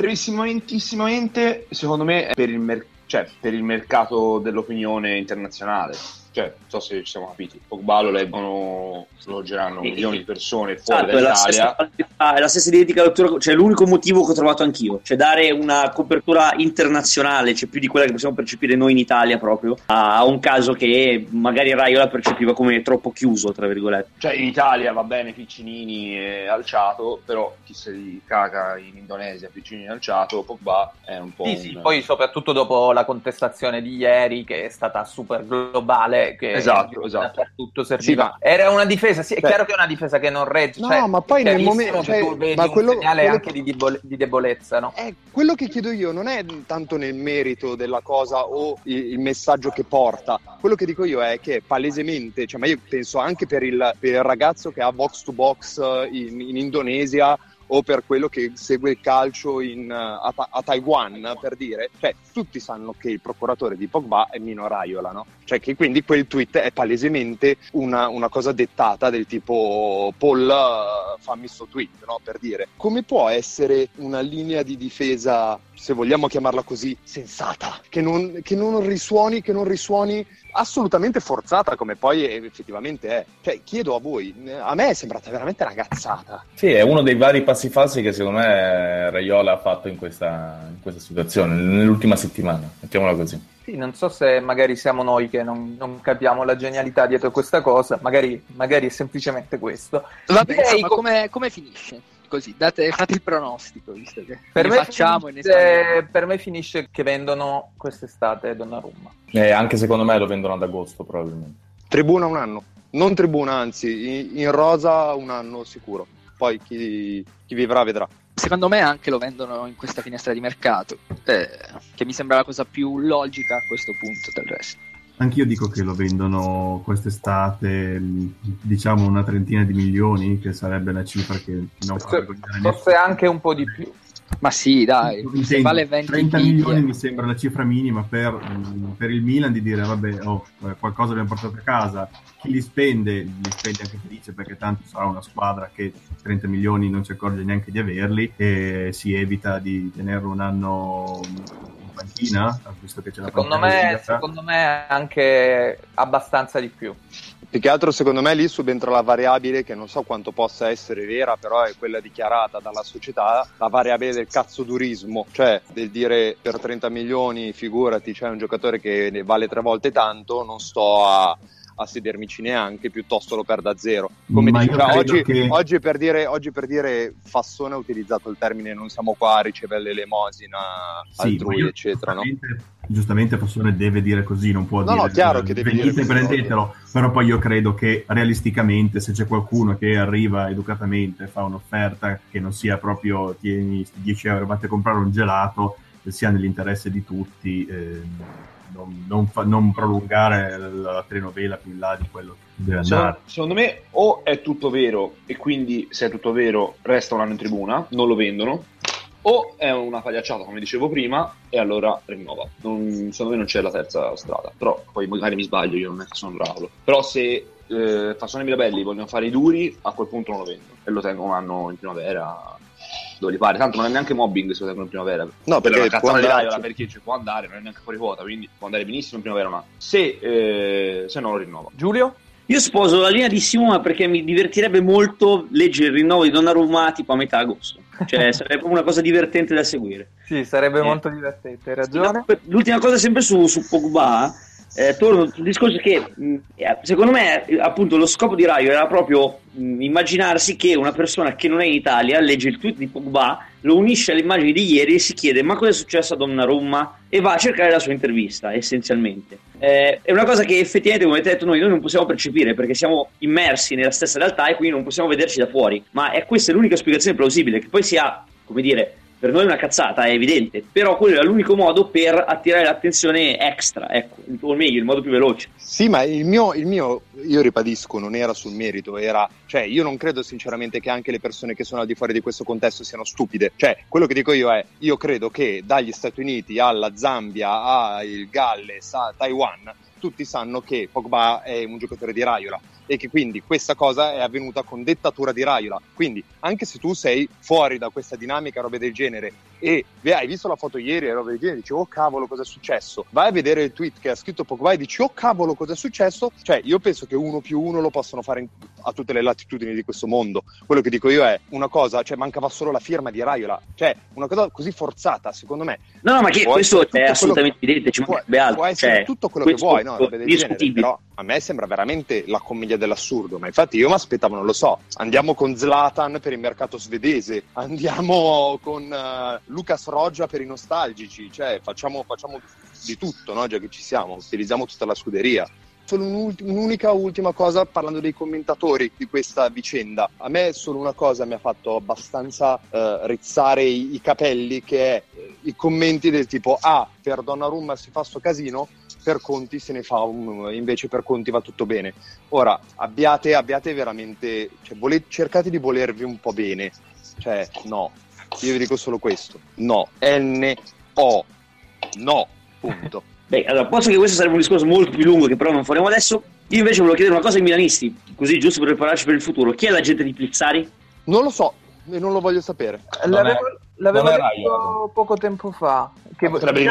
Brevissimamente, secondo me per il mercato dell'opinione internazionale. Cioè, non so se ci siamo capiti. Pogba lo leggeranno milioni di persone fuori dall'Italia. È la stessa identica lettura, cioè l'unico motivo che ho trovato anch'io, cioè dare una copertura internazionale, cioè più di quella che possiamo percepire noi in Italia proprio, a un caso che magari Raiola percepiva come troppo chiuso, tra virgolette. Cioè in Italia va bene Piccinini e Alciato, però chi se li caga in Indonesia, Piccinini e Alciato, Pogba è un po'... Sì, poi soprattutto dopo la contestazione di ieri, che è stata super globale, che esatto. Per tutto serviva. Sì, era una difesa, sì, è chiaro che è una difesa che non regge, no, ma poi nel momento tu vedi un segnale anche di debolezza, no? Quello che chiedo io non è tanto nel merito della cosa o il messaggio che porta, quello che dico io è che palesemente, cioè, ma io penso anche per il ragazzo che ha box to box in Indonesia, o per quello che segue il calcio a Taiwan, per dire, cioè tutti sanno che il procuratore di Pogba è Mino Raiola, no? Cioè che quindi quel tweet è palesemente una cosa dettata del tipo Paul fammi sto tweet, no? Per dire, come può essere una linea di difesa, se vogliamo chiamarla così, sensata, che non risuoni assolutamente forzata come poi effettivamente è. Cioè chiedo a voi, a me è sembrata veramente una cazzata. Sì, è uno dei vari passi falsi che secondo me Raiola ha fatto in questa situazione, nell'ultima settimana, mettiamola così. Sì, non so se magari siamo noi che non capiamo la genialità dietro questa cosa, magari è semplicemente questo. Vabbè, insomma, come finisce? Così, fate il pronostico, visto che per me finisce che vendono quest'estate Donnarumma. Anche secondo me lo vendono ad agosto probabilmente. Tribuna un anno, non tribuna, anzi in rosa un anno sicuro, poi chi vivrà vedrà. Secondo me anche lo vendono in questa finestra di mercato, che mi sembra la cosa più logica a questo punto del resto. Anch'io dico che lo vendono quest'estate, diciamo una 30 di milioni, che sarebbe la cifra che non fa vergognare nessuno. Forse anche un po' di più. Ma sì, dai, se vale 20 30 milioni mi sembra la cifra minima per il Milan, di dire vabbè, qualcosa abbiamo portato a casa. Chi li spende anche felice, perché tanto sarà una squadra che 30 milioni non si accorge neanche di averli e si evita di tenerlo un anno panchina, visto che c'è la secondo me anche abbastanza di più. Più che altro secondo me lì subentra la variabile che non so quanto possa essere vera, però è quella dichiarata dalla società, la variabile del cazzodurismo, cioè del dire per 30 milioni figurati c'è un giocatore che ne vale 3 volte tanto, non sto a sedermici neanche, piuttosto lo perdo a zero. Come diceva oggi per dire Fassone ha utilizzato il termine non siamo qua a ricevere l'elemosina altrui, eccetera, no? Giustamente Fassone deve dire così, non può dire chiaro che deve dire prendetelo, però poi io credo che realisticamente se c'è qualcuno che arriva educatamente, fa un'offerta che non sia proprio tieni 10 euro, vatti a comprare un gelato, sia nell'interesse di tutti, non prolungare la telenovela più in là di quello che deve andare. Secondo me o è tutto vero e quindi se è tutto vero resta un anno in tribuna, non lo vendono, o è una pagliacciata come dicevo prima e allora rinnova. Secondo me non c'è la terza strada, però poi magari mi sbaglio, io non è che sono bravo, però se Fassone e Mirabelli vogliono fare i duri, a quel punto non lo vendono e lo tengono un anno in primavera dove li pare, tanto non è neanche mobbing se lo tengono in primavera, no, perché la cazzata di Raiola, perché può andare, non è neanche fuori quota, quindi può andare benissimo in primavera, ma se non lo rinnova. Giulio? Io sposo la linea di Simona perché mi divertirebbe molto leggere il rinnovo di Donnarumma tipo a metà agosto, cioè sarebbe proprio una cosa divertente da seguire. Sì, sarebbe molto divertente, hai ragione. L'ultima cosa sempre su Pogba, torno sul discorso che secondo me appunto lo scopo di Raio era proprio immaginarsi che una persona che non è in Italia legge il tweet di Pogba, lo unisce alle immagini di ieri e si chiede ma cosa è successo a Donnarumma e va a cercare la sua intervista essenzialmente. È una cosa che effettivamente, come avete detto, noi non possiamo percepire perché siamo immersi nella stessa realtà e quindi non possiamo vederci da fuori, ma questa è l'unica spiegazione plausibile, che poi sia, come dire, per noi è una cazzata, è evidente, però quello era l'unico modo per attirare l'attenzione extra, ecco, o meglio, il modo più veloce. Sì, ma il mio, io ribadisco, non era sul merito, cioè io non credo sinceramente che anche le persone che sono al di fuori di questo contesto siano stupide, cioè quello che dico io credo che dagli Stati Uniti alla Zambia, al Galles, a Taiwan, tutti sanno che Pogba è un giocatore di Raiola e che quindi questa cosa è avvenuta con dettatura di Raiola, quindi anche se tu sei fuori da questa dinamica, robe del genere, e hai visto la foto ieri e robe del genere, dici oh cavolo cosa è successo, vai a vedere il tweet che ha scritto Pogba e dici oh cavolo cosa è successo, cioè io penso che 1+1 lo possono fare a tutte le latitudini di questo mondo. Quello che dico io è una cosa, cioè mancava solo la firma di Raiola, cioè una cosa così forzata secondo me. No, ma che questo è assolutamente evidente, ci mancherebbe altro, può essere cioè, tutto quello che vuoi, no? Robe del genere, però a me sembra veramente la commedia dell'assurdo, ma infatti io mi aspettavo, non lo so, andiamo con Zlatan per il mercato svedese, andiamo con Lucas Roggia per i nostalgici, cioè facciamo di tutto, no? Già che ci siamo, utilizziamo tutta la scuderia. Solo un'unica ultima cosa parlando dei commentatori di questa vicenda. A me solo una cosa mi ha fatto abbastanza rizzare i capelli, che è i commenti del tipo per Donnarumma si fa sto casino, per Conti se ne fa invece per Conti va tutto bene. Ora abbiate veramente, cioè, cercate di volervi un po' bene, cioè no, io vi dico solo questo, no, N-O, no, punto. Beh, allora, posso che questo sarebbe un discorso molto più lungo che però non faremo adesso. Io invece volevo chiedere una cosa ai milanisti, così giusto per prepararci per il futuro. Chi è l'agente di Plizzari? Non lo so e non lo voglio sapere. L'avevo detto poco tempo fa. Che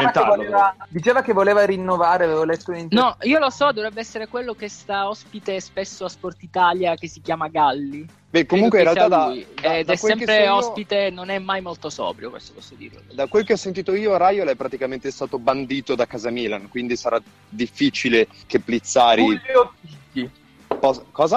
diceva che voleva rinnovare, avevo letto in No, io lo so, dovrebbe essere quello che sta ospite spesso a Sport Italia, che si chiama Galli. Beh, comunque in realtà ed è sempre ospite, non è mai molto sobrio, questo posso dirlo. Da quel che ho sentito io, Raiola è praticamente stato bandito da casa Milan, quindi sarà difficile che Plizzari... Tullio Tinti. Cosa?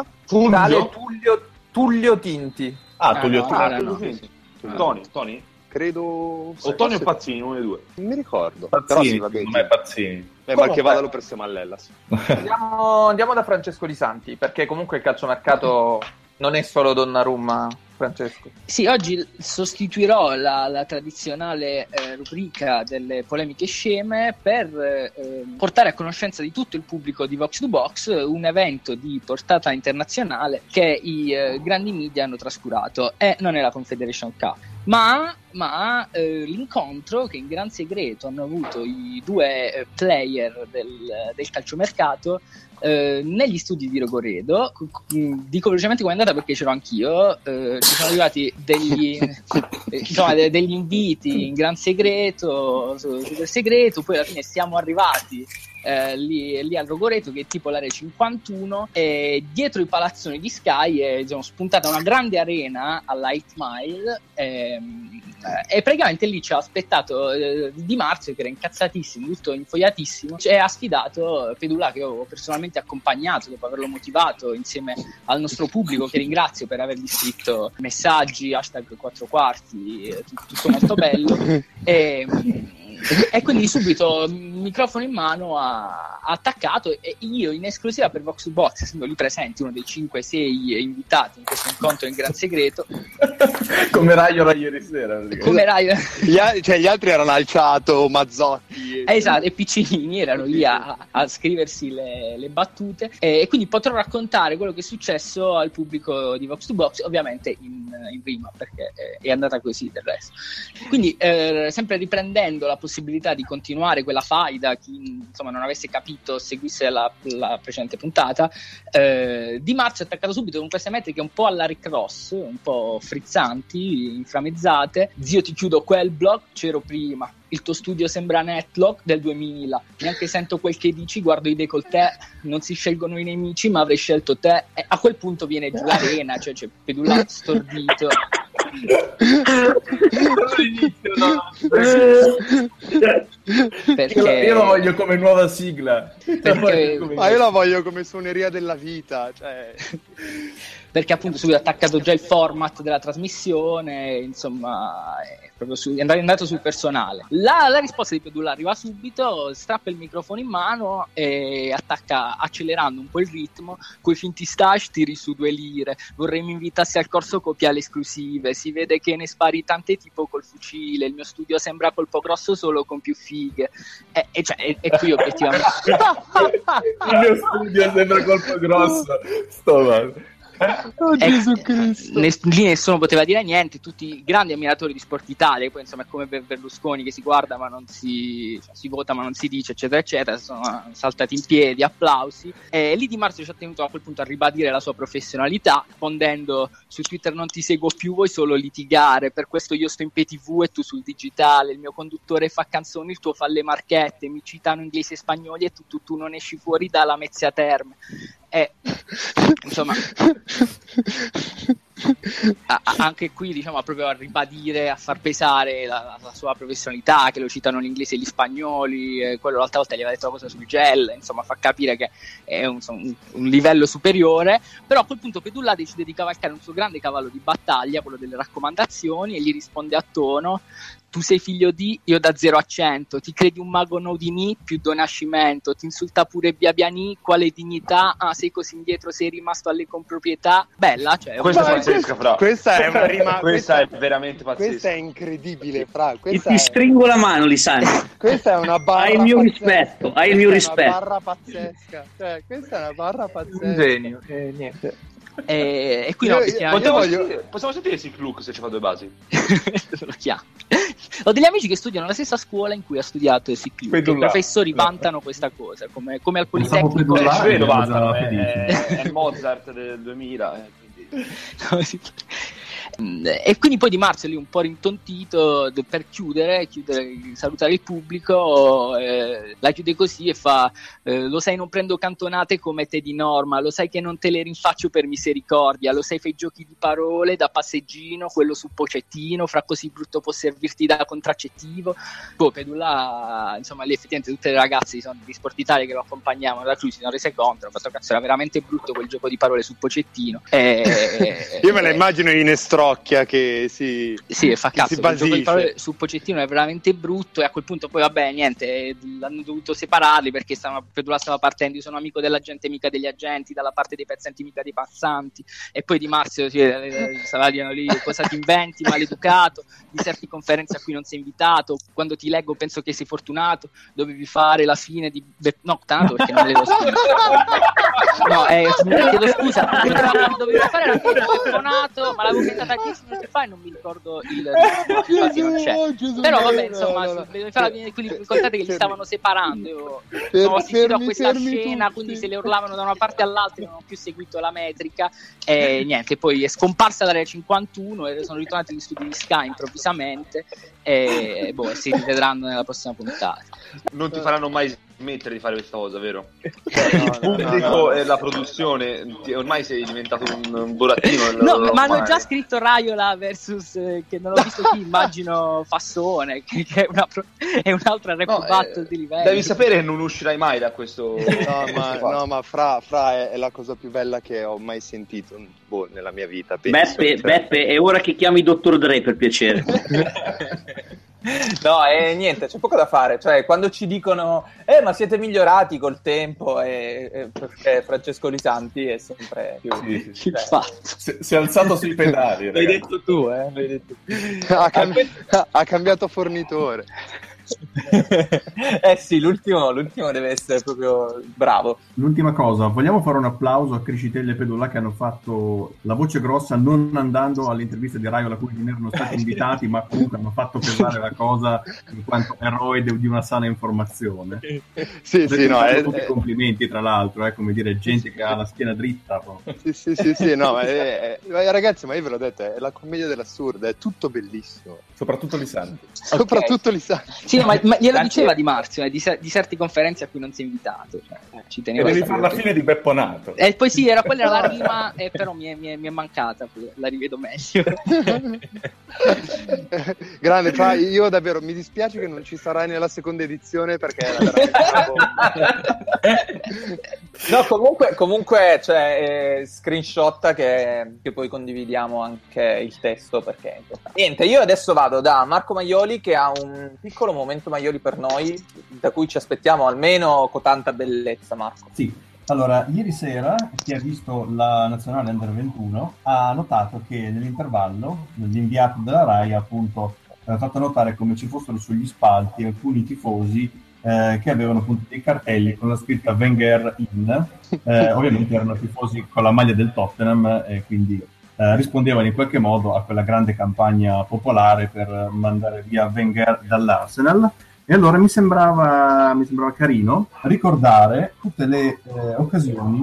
Tullio Tinti. Tullio Tinti. Tony? Credo... O Tony o Pazzini, uno dei due. Non mi ricordo. Pazzini, però sì, vabbè. Non è Pazzini. Ma che vada lo prestiamo all'Hellas. Andiamo da Francesco Di Santi, perché comunque il calciomercato non è solo Donnarumma, Francesco. Sì, oggi sostituirò la tradizionale rubrica delle polemiche sceme per portare a conoscenza di tutto il pubblico di Vox 2 Box un evento di portata internazionale che i grandi media hanno trascurato, e non è la Confederation Cup, ma ma l'incontro che in gran segreto hanno avuto i due player del calciomercato negli studi di Rogoredo. Dico velocemente come è andata perché c'ero anch'io. Ci sono arrivati degli inviti in gran segreto, super segreto, poi alla fine siamo arrivati lì al Rogoreto, che è tipo l'area 51, e dietro i palazzoni di Sky è spuntata una grande arena alla 8 Mile, e praticamente lì ci ha aspettato Di Marzio, che era incazzatissimo, tutto infogliatissimo, e ha sfidato Pedulà, che io ho personalmente accompagnato dopo averlo motivato insieme al nostro pubblico, che ringrazio per avergli scritto messaggi, #4quarti, tutto molto bello, e quindi subito microfono in mano ha attaccato, e io in esclusiva per Vox to Box, essendo lì presenti, uno dei 5-6 invitati in questo incontro in gran segreto, come Raiola ieri sera, come Raiola, gli altri erano Alciato, Mazzotti, esatto, e Piccinini erano lì a scriversi le battute, e quindi potrò raccontare quello che è successo al pubblico di Vox to Box, ovviamente in rima, perché è andata così del resto. Quindi sempre riprendendo la possibilità di continuare quella faida, chi insomma non avesse capito, seguisse la precedente puntata, Di Marzio è attaccato subito con queste metriche un po' alla Rick Ross, un po' frizzanti, inframmezzate. Zio, ti chiudo quel blog, c'ero prima, il tuo studio sembra Netlock del 2000, neanche sento quel che dici, guardo i décolleté, non si scelgono i nemici ma avrei scelto te. E a quel punto viene giù l'arena, cioè c'è Pedulà stordito. Perché io la voglio come nuova sigla, ma io la voglio come suoneria della vita, cioè. Perché appunto subito ha attaccato già il format della trasmissione, insomma è proprio è andato sul personale. La risposta di Pedulà arriva subito, strappa il microfono in mano e attacca accelerando un po' il ritmo, coi finti stage tiri su 2 lire, vorrei mi invitassi al corso copia le esclusive, si vede che ne spari tante tipo col fucile, il mio studio sembra colpo grosso solo con più fighe, e qui obiettivamente il mio studio sembra colpo grosso, sto male. Oh, Gesù Cristo. Lì nessuno poteva dire niente, tutti grandi ammiratori di Sport Italia, poi insomma è come Berlusconi che si guarda ma non si vota ma non si dice, eccetera eccetera, sono saltati in piedi, applausi, e lì Di Marzio ci ha tenuto a quel punto a ribadire la sua professionalità, rispondendo: su Twitter non ti seguo più, vuoi solo litigare, per questo io sto in PTV e tu sul digitale, il mio conduttore fa canzoni, il tuo fa le marchette, mi citano inglesi e spagnoli e tu non esci fuori dalla Mezzia Terme. Insomma anche qui diciamo proprio a ribadire, a far pesare la sua professionalità, che lo citano l'inglese e gli spagnoli, quello l'altra volta gli aveva detto la cosa sul gel, insomma fa capire che è un livello superiore. Però a quel punto Pedulà decide di cavalcare un suo grande cavallo di battaglia, quello delle raccomandazioni, e gli risponde a tono: tu sei figlio di, io da 0 a 100, ti credi un mago no di mi, più do nascimento, ti insulta pure Biabiani, quale dignità, sei così indietro, sei rimasto alle comproprietà. Bella, cioè questa è pazzesca, Fra. Questa è una rima, questa è veramente pazzesca. Questa è incredibile, Fra. Ti stringo la mano, Lisandro. Questa è una barra. Hai il mio rispetto, hai il mio rispetto. È una barra pazzesca. Cioè, questa è una barra pazzesca. Un genio, niente. E qui possiamo sentire Sick Luke se ci fa 2 basi. Lo chiamo. Ho degli amici che studiano alla stessa scuola in cui ha studiato Sick Luke, i professori vantano questa cosa come al Politecnico. È Mozart del 2000, E quindi poi Di Marzio lì un po' rintontito per chiudere, salutare il pubblico, la chiude così e fa: lo sai non prendo cantonate come te di norma, lo sai che non te le rinfaccio per misericordia, lo sai fai giochi di parole da passeggino, quello su Pocettino, fra così brutto può servirti da contraccettivo. Poi Pedulà, insomma lì effettivamente tutte le ragazze di Sport Italia che lo accompagnavano da lui si sono rese conto, hanno fatto cazzo, era veramente brutto quel gioco di parole su Pocettino. Io me la immagino in Estrocchia che si fa cazzo, il gioco di parole su Pocettino è veramente brutto, e a quel punto poi vabbè niente, hanno dovuto separarli perché Pedulà stava partendo, io sono amico della gente mica degli agenti, dalla parte dei pezzenti mica dei passanti, e poi Di Marzio stava dicendo lì: cosa ti inventi, maleducato, di certe conferenze a cui non sei invitato, quando ti leggo penso che sei fortunato, dovevi fare la fine di no, tanto perché non le ho scritto. chiedo scusa, dovevo fare la fine del telefonato, ma l'avevo inventata 10 minuti fa e non mi ricordo infatti non c'è. Però vabbè, insomma, dovevo fare la fine, quindi contate che li stavano separando. Io sono assistito a questa scena, quindi se le urlavano da una parte all'altra, non ho più seguito la metrica e niente, poi è scomparsa l'area 51 e sono ritornati gli studi di Sky improvvisamente e si rivedranno nella prossima puntata. Non ti faranno mai smettere di fare questa cosa, vero? Il pubblico e la produzione, ormai sei diventato un burattino. No, ma hanno già scritto Raiola versus che non ho visto chi, immagino Fassone, che è un'altra rap battle di livello. Devi sapere che non uscirai mai da questo. Ma Fra è la cosa più bella che ho mai sentito nella mia vita. Beppe, è ora che chiami Dr. Dre, per piacere. No, niente, c'è poco da fare, cioè quando ci dicono ma siete migliorati col tempo perché Francesco Lisanti è sempre più si è alzato sui pedali, l'hai detto tu, l'hai detto tu. Ha cambiato fornitore. Sì, l'ultimo deve essere proprio bravo. L'ultima cosa, vogliamo fare un applauso a Criscitelli e Pedula che hanno fatto la voce grossa non andando all'intervista di Raiola a cui non erano stati invitati, ma comunque hanno fatto pesare la cosa in quanto eroi di una sana informazione. Sì, tutti i complimenti, tra l'altro, come dire, gente che ha la schiena dritta proprio. Sì, no, ragazzi, ma io ve l'ho detto, è la commedia dell'assurdo, è tutto bellissimo. Soprattutto Lisanti. Lisanti. Sì, ma glielo diceva Di Marzio, di certe conferenze a cui non si è invitato. Ci tenevo. E devi fare la fine di Bepponato. E poi sì, quella era la rima, però mi è mancata, la rivedo meglio. Grande, io davvero mi dispiace che non ci sarai nella seconda edizione perché era veramente No, comunque cioè, screenshotta che poi condividiamo anche il testo perché niente, io adesso vado da Marco Maioli che ha un piccolo momento Maioli per noi da cui ci aspettiamo almeno con tanta bellezza. Marco. Sì, allora ieri sera chi ha visto la nazionale Under 21 ha notato che nell'intervallo l'inviato della Rai appunto ha fatto notare come ci fossero sugli spalti alcuni tifosi che avevano appunto dei cartelli con la scritta Wenger in, ovviamente erano tifosi con la maglia del Tottenham e quindi rispondevano in qualche modo a quella grande campagna popolare per mandare via Wenger dall'Arsenal. E allora mi sembrava carino ricordare tutte le occasioni,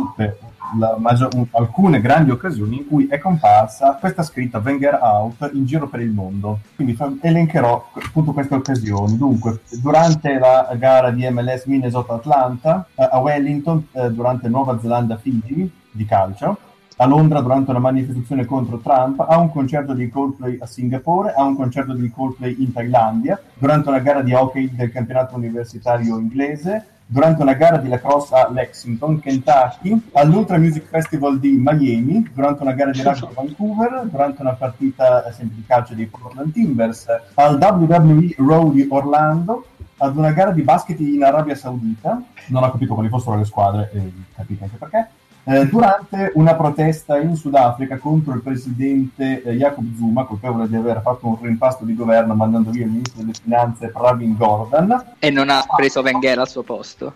alcune grandi occasioni in cui è comparsa questa scritta Wenger out in giro per il mondo. Quindi elencherò appunto queste occasioni. Dunque, durante la gara di MLS Minnesota-Atlanta, a Wellington, durante Nuova Zelanda-Fiji di calcio, a Londra durante una manifestazione contro Trump, a un concerto di Coldplay a Singapore, a un concerto di Coldplay in Thailandia, durante una gara di hockey del campionato universitario inglese, durante una gara di lacrosse a Lexington, Kentucky, all'Ultra Music Festival di Miami, durante una gara di rugby a Vancouver, durante una partita sempre di calcio dei Portland Timbers, al WWE Raw di Orlando, ad una gara di basket in Arabia Saudita, non ho capito quali fossero le squadre, capite anche perché, durante una protesta in Sudafrica contro il presidente Jacob Zuma, colpevole di aver fatto un rimpasto di governo mandando via il ministro delle finanze Pravin Gordhan e non ha preso Wenger al suo posto,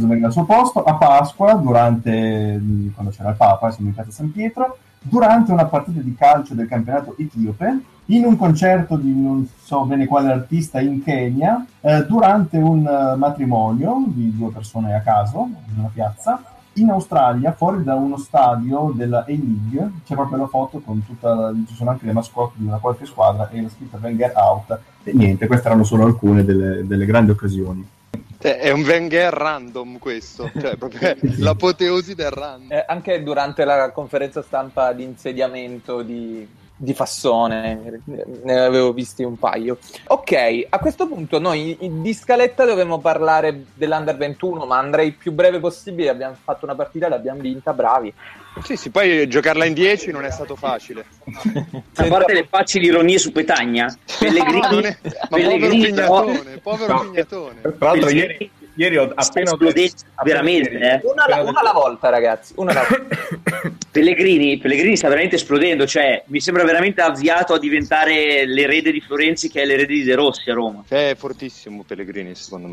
a Pasqua durante quando c'era il Papa, siamo in piazza San Pietro, durante una partita di calcio del campionato etiope, in un concerto di non so bene quale artista in Kenya, durante un matrimonio di due persone a caso in una piazza. In Australia, fuori da uno stadio della A-League, c'è proprio la foto con ci sono anche le mascotte di una qualche squadra e la scritta Wenger out. E niente, queste erano solo alcune delle grandi occasioni. È un Wenger random questo, cioè proprio l'apoteosi del random. Anche durante la conferenza stampa di insediamento di Fassone ne avevo visti un paio. Ok, a questo punto noi di scaletta dovremmo parlare dell'Under 21, ma andrei più breve possibile. Abbiamo fatto una partita, l'abbiamo vinta, bravi. Sì, poi giocarla in 10 non è stato facile. A parte le facili ironie su Petagna, Pellegrini, povero Pignatone. Tra l'altro ieri ho appena veramente una alla volta, ragazzi, una alla volta. Pellegrini sta veramente esplodendo, cioè mi sembra veramente avviato a diventare l'erede di Florenzi, che è l'erede di De Rossi a Roma. È fortissimo Pellegrini, secondo me.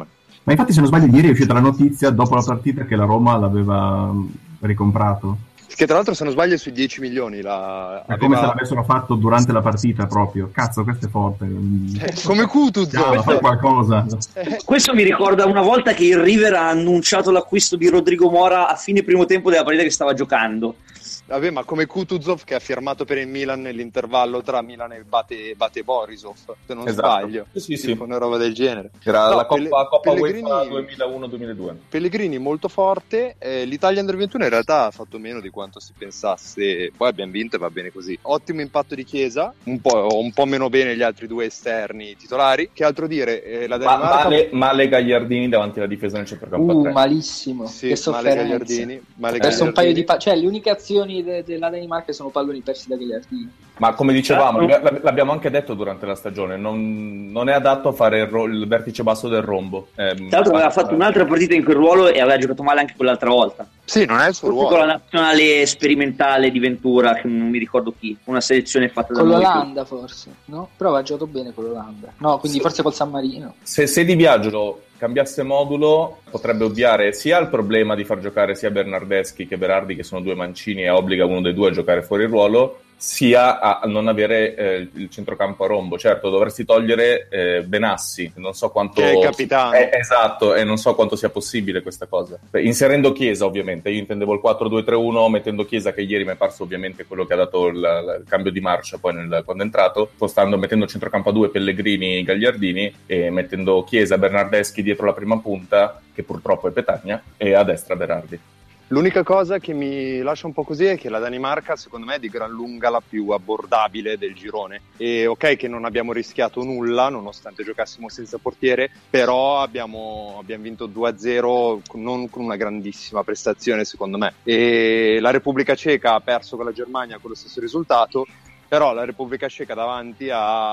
Ma infatti, se non sbaglio, ieri è uscita la notizia dopo la partita che la Roma l'aveva ricomprato. Che tra l'altro, se non sbaglio, sui 10 milioni come se l'avessero fatto durante la partita proprio. Cazzo, questo è forte. Come Kutuzov. Fai qualcosa. Questo mi ricorda una volta che il River ha annunciato l'acquisto di Rodrigo Mora a fine primo tempo della partita che stava giocando. Vabbè, ma come Kutuzov che ha firmato per il Milan nell'intervallo tra Milan e Bate Borisov, se non sbaglio. Sì. Una roba del genere. Era la Coppa Pellegrini, UEFA 2001-2002. Pellegrini molto forte, l'Italia Under 21 in realtà ha fatto meno di quanto si pensasse, poi abbiamo vinto e va bene così. Ottimo impatto di Chiesa, un po' meno bene gli altri due esterni titolari. Che altro dire? La Danimarca... Male Gagliardini davanti alla difesa nel centrocampo 3. Malissimo. Sì, che sofferenza. Perso un paio di cioè le uniche azioni della Danimarca sono palloni persi da Gagliardini. Ma come dicevamo, l'abbiamo anche detto durante la stagione, non è adatto a fare il vertice basso del rombo. Tra l'altro aveva fatto un'altra partita in quel ruolo e aveva giocato male anche quell'altra volta. Sì, non è il suo ruolo. Con la nazionale sperimentale di Ventura, che non mi ricordo chi, una selezione fatta da con l'Olanda forse, no? Però aveva giocato bene con l'Olanda. No, quindi forse col San Marino. Se Di Biagio cambiasse modulo potrebbe ovviare sia il problema di far giocare sia Bernardeschi che Berardi, che sono due mancini, e obbliga uno dei due a giocare fuori il ruolo, sia a non avere il centrocampo a rombo. Certo, dovresti togliere Benassi, non so quanto, che è il capitano, esatto, e non so quanto sia possibile questa cosa, inserendo Chiesa. Ovviamente io intendevo il 4-2-3-1 mettendo Chiesa, che ieri mi è parso ovviamente quello che ha dato il cambio di marcia poi quando è entrato, mettendo il centrocampo a 2 Pellegrini, Gagliardini, e mettendo Chiesa, Bernardeschi dietro la prima punta, che purtroppo è Petagna, e a destra Berardi. L'unica cosa che mi lascia un po' così è che la Danimarca, secondo me, è di gran lunga la più abbordabile del girone. E ok che non abbiamo rischiato nulla, nonostante giocassimo senza portiere, però abbiamo vinto 2-0 non con una grandissima prestazione, secondo me. E la Repubblica Ceca ha perso con la Germania con lo stesso risultato, però la Repubblica Ceca davanti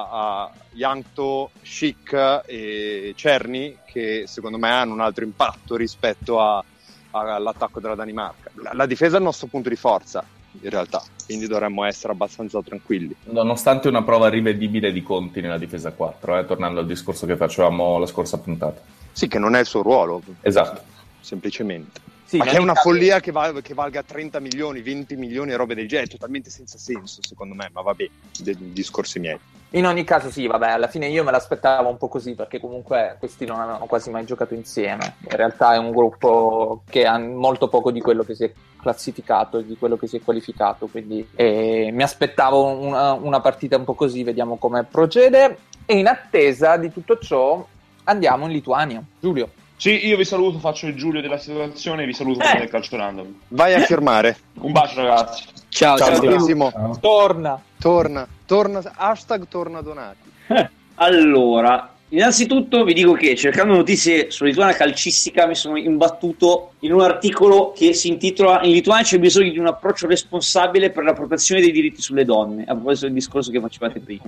a Jankto, Schick e Cerny, che secondo me hanno un altro impatto rispetto all'attacco della Danimarca. La difesa è il nostro punto di forza, in realtà, quindi dovremmo essere abbastanza tranquilli. Nonostante una prova rivedibile di Conti nella difesa 4, tornando al discorso che facevamo la scorsa puntata. Sì, che non è il suo ruolo. Esatto. Semplicemente. Sì, ma che è una follia che valga 30 milioni, 20 milioni e robe del genere, è totalmente senza senso, secondo me, ma vabbè, discorsi miei. In ogni caso sì, vabbè, alla fine io me l'aspettavo un po' così, perché comunque questi non avevano quasi mai giocato insieme. In realtà è un gruppo che ha molto poco di quello che si è classificato e di quello che si è qualificato, quindi mi aspettavo una partita un po' così, vediamo come procede. E in attesa di tutto ciò andiamo in Lituania. Giulio. Sì, io vi saluto, faccio il Giulio della situazione e vi saluto del calcio random. Vai a firmare. Un bacio, ragazzi. Ciao. Ciao. Torna. Hashtag torna Donati. Allora, innanzitutto vi dico che cercando notizie sulla Lituania calcistica mi sono imbattuto in un articolo che si intitola "In Lituania c'è bisogno di un approccio responsabile per la protezione dei diritti sulle donne", a proposito del discorso che facevate prima.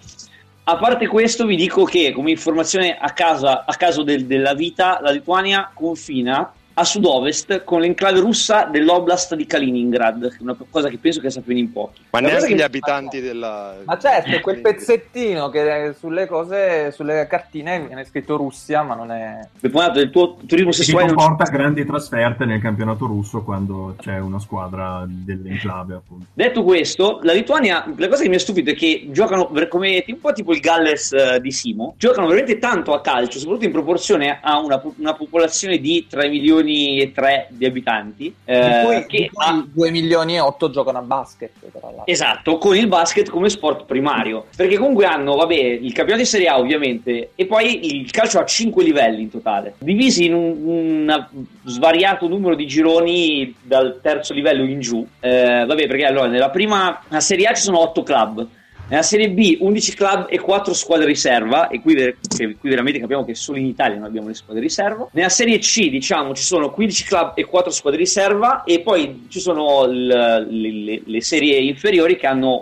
A parte questo, vi dico che, come informazione a caso della vita, la Lituania confina a sud-ovest con l'enclave russa dell'oblast di Kaliningrad, una cosa che penso che sappiano in pochi. Ma neanche gli abitanti della... Ma certo, è quel pezzettino che sulle cartine viene scritto Russia, ma non è... Il tuo turismo sessuale... Che comporta grandi trasferte nel campionato russo quando c'è una squadra dell'enclave, appunto. Detto questo, la Lituania, la cosa che mi ha stupito è che giocano come un po' tipo il Galles di Simo, giocano veramente tanto a calcio, soprattutto in proporzione a una popolazione di 3 milioni e 3 di abitanti, di cui 2 milioni e 8 giocano a basket, tra l'altro. Esatto, con il basket come sport primario, perché comunque hanno il campionato di Serie A ovviamente, e poi il calcio ha 5 livelli in totale, divisi in un svariato numero di gironi dal terzo livello in giù, perché allora nella Serie A ci sono 8 club, nella Serie B 11 club e 4 squadre riserva, e qui veramente capiamo che solo in Italia non abbiamo le squadre riserva. Nella Serie C, diciamo, ci sono 15 club e 4 squadre riserva, e poi ci sono le serie inferiori che hanno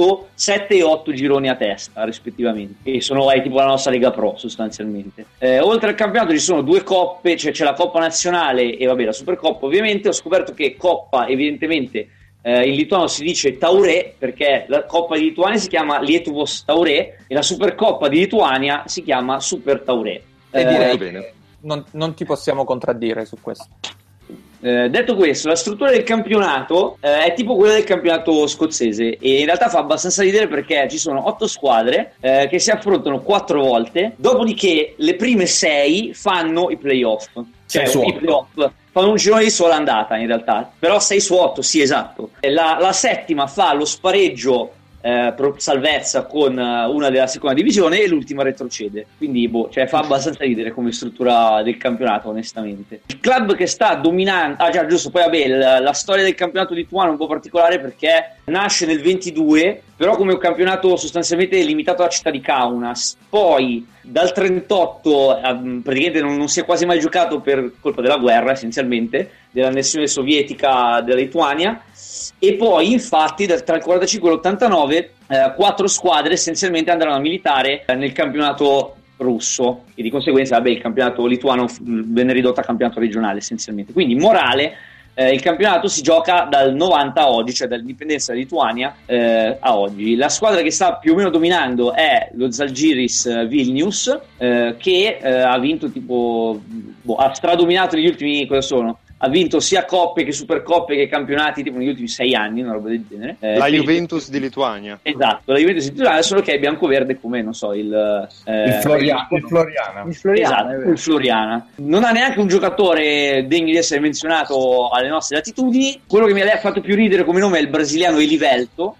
7 e 8 gironi a testa rispettivamente, e sono tipo la nostra Lega Pro sostanzialmente. Oltre al campionato ci sono 2 coppe, cioè c'è la Coppa Nazionale e la Supercoppa ovviamente. Ho scoperto che Coppa evidentemente in lituano si dice Taurė, perché la Coppa di Lituania si chiama Lietuvos Taurė e la Supercoppa di Lituania si chiama Super Taurė. E direi bene. non ti possiamo contraddire su questo. Detto questo, la struttura del campionato è tipo quella del campionato scozzese e in realtà fa abbastanza ridere perché ci sono 8 squadre che si affrontano 4 volte, dopodiché le prime 6 fanno i playoff. Cioè i playoff fanno un girone di sola andata in realtà, però 6 su 8, sì, esatto. La settima fa lo spareggio salvezza con una della seconda divisione e l'ultima retrocede, quindi fa abbastanza ridere come struttura del campionato, onestamente. Il club che sta dominando, giusto, poi vabbè, la storia del campionato lituano è un po' particolare perché nasce nel 22, però come un campionato sostanzialmente limitato alla città di Kaunas, poi dal 38 praticamente non si è quasi mai giocato per colpa della guerra, essenzialmente dell'annessione sovietica della Lituania. E poi infatti tra il 45 e l'89 4 squadre essenzialmente andranno a militare nel campionato russo e di conseguenza il campionato lituano venne ridotto a campionato regionale essenzialmente. Quindi morale, il campionato si gioca dal 90 a oggi, cioè dall'indipendenza della Lituania a oggi. La squadra che sta più o meno dominando è lo Žalgiris Vilnius, che ha vinto ha stradominato negli ultimi, ha vinto sia coppe che supercoppe che campionati tipo negli ultimi 6 anni, una roba del genere. La Juventus di Lituania. Esatto, la Juventus di Lituania, solo che è bianco-verde come, non so, il Floriana. Esatto, il Floriana. Non ha neanche un giocatore degno di essere menzionato alle nostre latitudini. Quello che mi ha fatto più ridere come nome è il brasiliano Elivelto.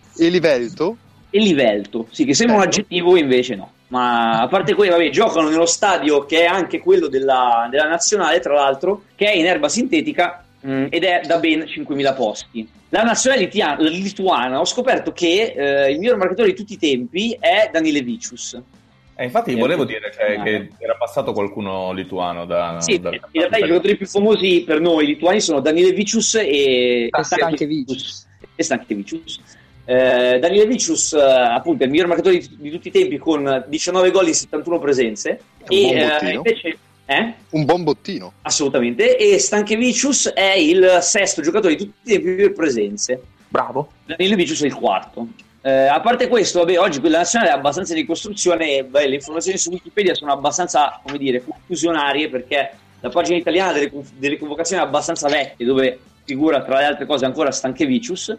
Elivelto, sì, che sembra un aggettivo, invece no. Ma a parte quello, giocano nello stadio che è anche quello della nazionale, tra l'altro, che è in erba sintetica ed è da ben 5.000 posti. La nazionale lituana, ho scoperto che il miglior marcatore di tutti i tempi è Danilevicius. Infatti volevo dire che era passato qualcuno lituano in realtà i giocatori più famosi per noi lituani sono Danilevicius e Stanchevicius. Danilevicius appunto è il miglior marcatore di tutti i tempi con 19 gol in 71 presenze invece un buon bottino, assolutamente. E Stanchevicius è il sesto giocatore di tutti i tempi per presenze. Bravo. Danilevicius è il quarto. A parte questo, oggi quella nazionale è abbastanza in ricostruzione e le informazioni su Wikipedia sono abbastanza, confusionarie, perché la pagina italiana delle convocazioni è abbastanza vecchia, dove figura tra le altre cose ancora Stanchevicius.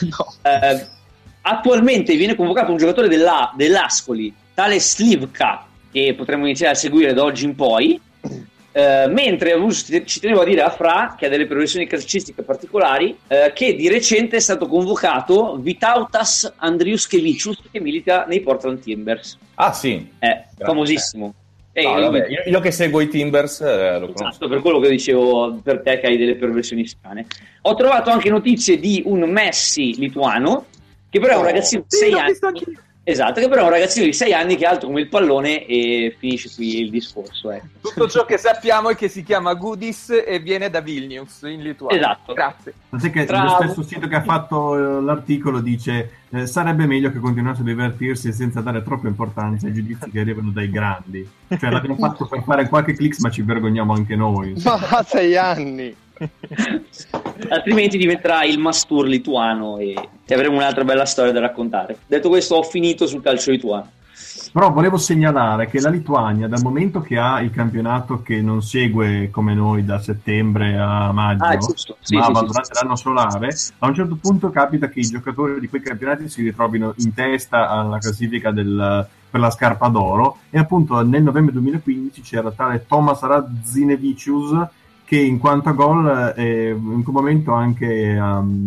Attualmente viene convocato un giocatore dell'Ascoli, tale Slivka, che potremmo iniziare a seguire da oggi in poi, mentre ci tenevo a dire a Fra, che ha delle progressioni calcistiche particolari, che di recente è stato convocato Vytautas Andriuskevicius, che milita nei Portland Timbers. Ah sì, è famosissimo. Io che seguo i Timbers lo conosco. Esatto, per quello che dicevo per te che hai delle perversioni strane. Ho trovato anche notizie di un Messi lituano, che però è un ragazzino di 6 anni. Esatto, che però è un ragazzino di 6 anni che è alto come il pallone e finisce qui il discorso. Tutto ciò che sappiamo è che si chiama Gudis e viene da Vilnius in Lituania. Esatto. Grazie. Sai che lo stesso sito che ha fatto l'articolo dice sarebbe meglio che continuasse a divertirsi senza dare troppa importanza ai giudizi che arrivano dai grandi. Cioè l'abbiamo fatto per fare qualche click, ma ci vergogniamo anche noi. Ma a 6 anni! Altrimenti diventerà il Mastur lituano e avremo un'altra bella storia da raccontare. Detto questo, ho finito sul calcio lituano. Però volevo segnalare che la Lituania, dal momento che ha il campionato che non segue come noi da settembre a maggio, ma va durante l'anno solare, a un certo punto capita che i giocatori di quei campionati si ritrovino in testa alla classifica per la scarpa d'oro, e appunto nel novembre 2015 c'era tale Tomas Radzinevicius, che in quanto a gol in quel momento anche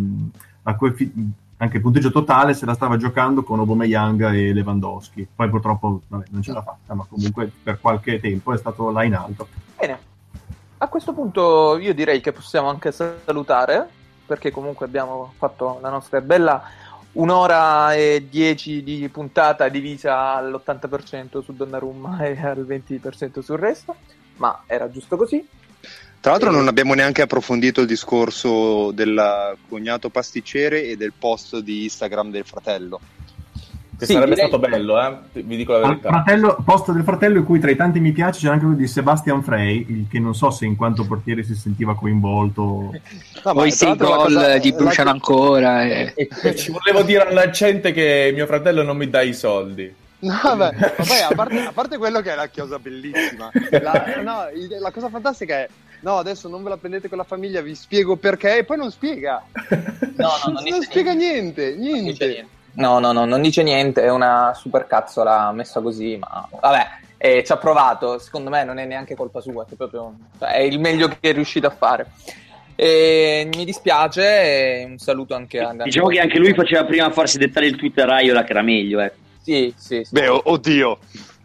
anche il punteggio totale se la stava giocando con Aubameyang e Lewandowski. Poi purtroppo non ce l'ha fatta, ma comunque per qualche tempo è stato là in alto. Bene, a questo punto io direi che possiamo anche salutare, perché comunque abbiamo fatto la nostra bella 1 ora e 10 di puntata divisa all'80% su Donnarumma e al 20% sul resto, ma era giusto così. Tra l'altro non abbiamo neanche approfondito il discorso del cognato pasticcere e del post di Instagram del fratello. Che sarebbe stato bello, vi dico la verità. Post del fratello in cui tra i tanti mi piace c'è anche quello di Sebastian Frey, che non so se in quanto portiere si sentiva coinvolto. No, poi se i gol gli bruciano ancora. Ci volevo dire all'accente che mio fratello non mi dà i soldi. No, vabbè, a parte quello che è la chiosa bellissima, la cosa fantastica è no, adesso non ve la prendete con la famiglia, vi spiego perché, e poi non spiega. Non spiega niente. No, non dice niente, è una super cazzola messa così, ma vabbè, ci ha provato, secondo me non è neanche colpa sua, è il meglio che è riuscito a fare. E mi dispiace, e un saluto anche a... Diciamo che anche lui faceva prima farsi dettare il tweet a Raiola, che era meglio, Sì. Beh, oddio.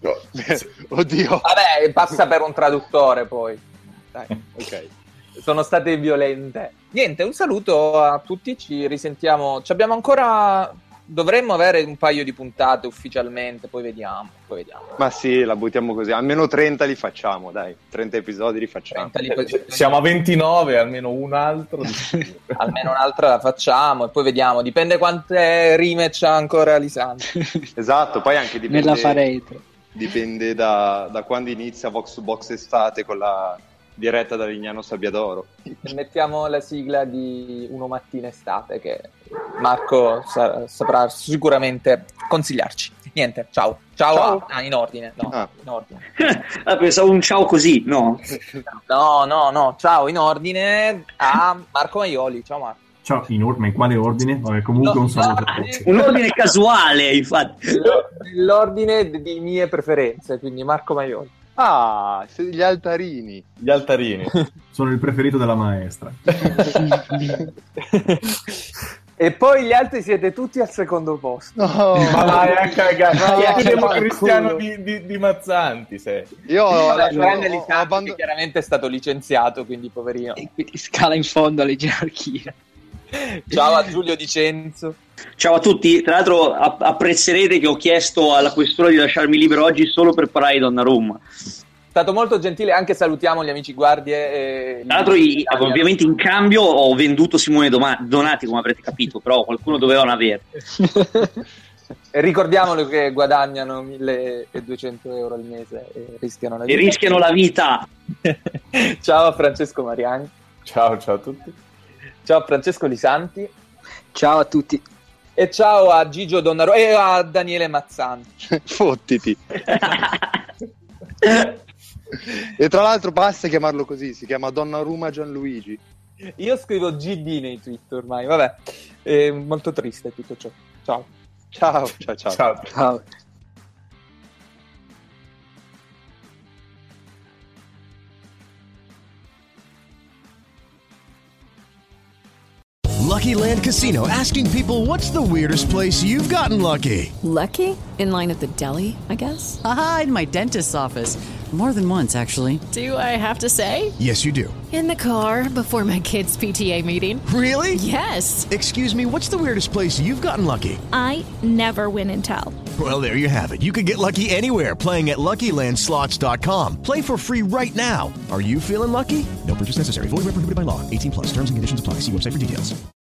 Vabbè, passa per un traduttore poi. Dai, ok. Sono state violente. Niente, un saluto a tutti, ci risentiamo. Dovremmo avere un paio di puntate ufficialmente, poi vediamo. Ma sì, la buttiamo così, almeno 30 li facciamo, dai, 30 episodi li facciamo. Siamo a 29, almeno un altro. Almeno un'altra la facciamo e poi vediamo, dipende quante rime c'ha ancora Lisandro. Esatto, poi anche dipende... Nella farete. Dipende da quando inizia Vox to Box estate con la diretta da Lignano Sabbiadoro. Mettiamo la sigla di Uno Mattina Estate che Marco saprà sicuramente consigliarci. Niente, ciao. In ordine. In ordine. Pensavo un ciao così, no? No, ciao in ordine a Marco Maioli. Ciao Marco. Ciao, in quale ordine? Vabbè, comunque un saluto a tutti. Un ordine casuale, infatti. L'ordine di mie preferenze, quindi Marco Maioli. Ah, gli altarini. Sono il preferito della maestra. E poi gli altri siete tutti al secondo posto. No, ma vai a cagare. Io democristiano di Mazzanti sei. Io chiaramente è stato licenziato, quindi poverino. E quindi scala in fondo alle gerarchie. Ciao a Giulio Dicenzo. Ciao a tutti, tra l'altro apprezzerete che ho chiesto alla questura di lasciarmi libero oggi solo per parlare di Donnarumma. È stato molto gentile, anche salutiamo gli amici guardie. Tra l'altro ovviamente in cambio ho venduto Simone Donati, come avrete capito, però qualcuno dovevano avere. E ricordiamolo che guadagnano 1.200 euro al mese e rischiano la vita. E rischiano la vita. Ciao a Francesco Mariani. Ciao a tutti. Ciao a Francesco Lisanti. Ciao a tutti. E ciao a Gigio Donnarumma e a Daniele Mazzanti. Fottiti. E tra l'altro basta chiamarlo così, si chiama Donnarumma Gianluigi. Io scrivo GD nei tweet ormai, vabbè. È molto triste tutto ciò. Ciao. Lucky Land Casino, asking people, what's the weirdest place you've gotten lucky? Lucky? In line at the deli, I guess? Aha, in my dentist's office. More than once, actually. Do I have to say? Yes, you do. In the car before my kids' PTA meeting. Really? Yes. Excuse me, what's the weirdest place you've gotten lucky? I never win and tell. Well, there you have it. You can get lucky anywhere, playing at LuckyLandSlots.com. Play for free right now. Are you feeling lucky? No purchase necessary. Void where prohibited by law. 18+. Terms and conditions apply. See website for details.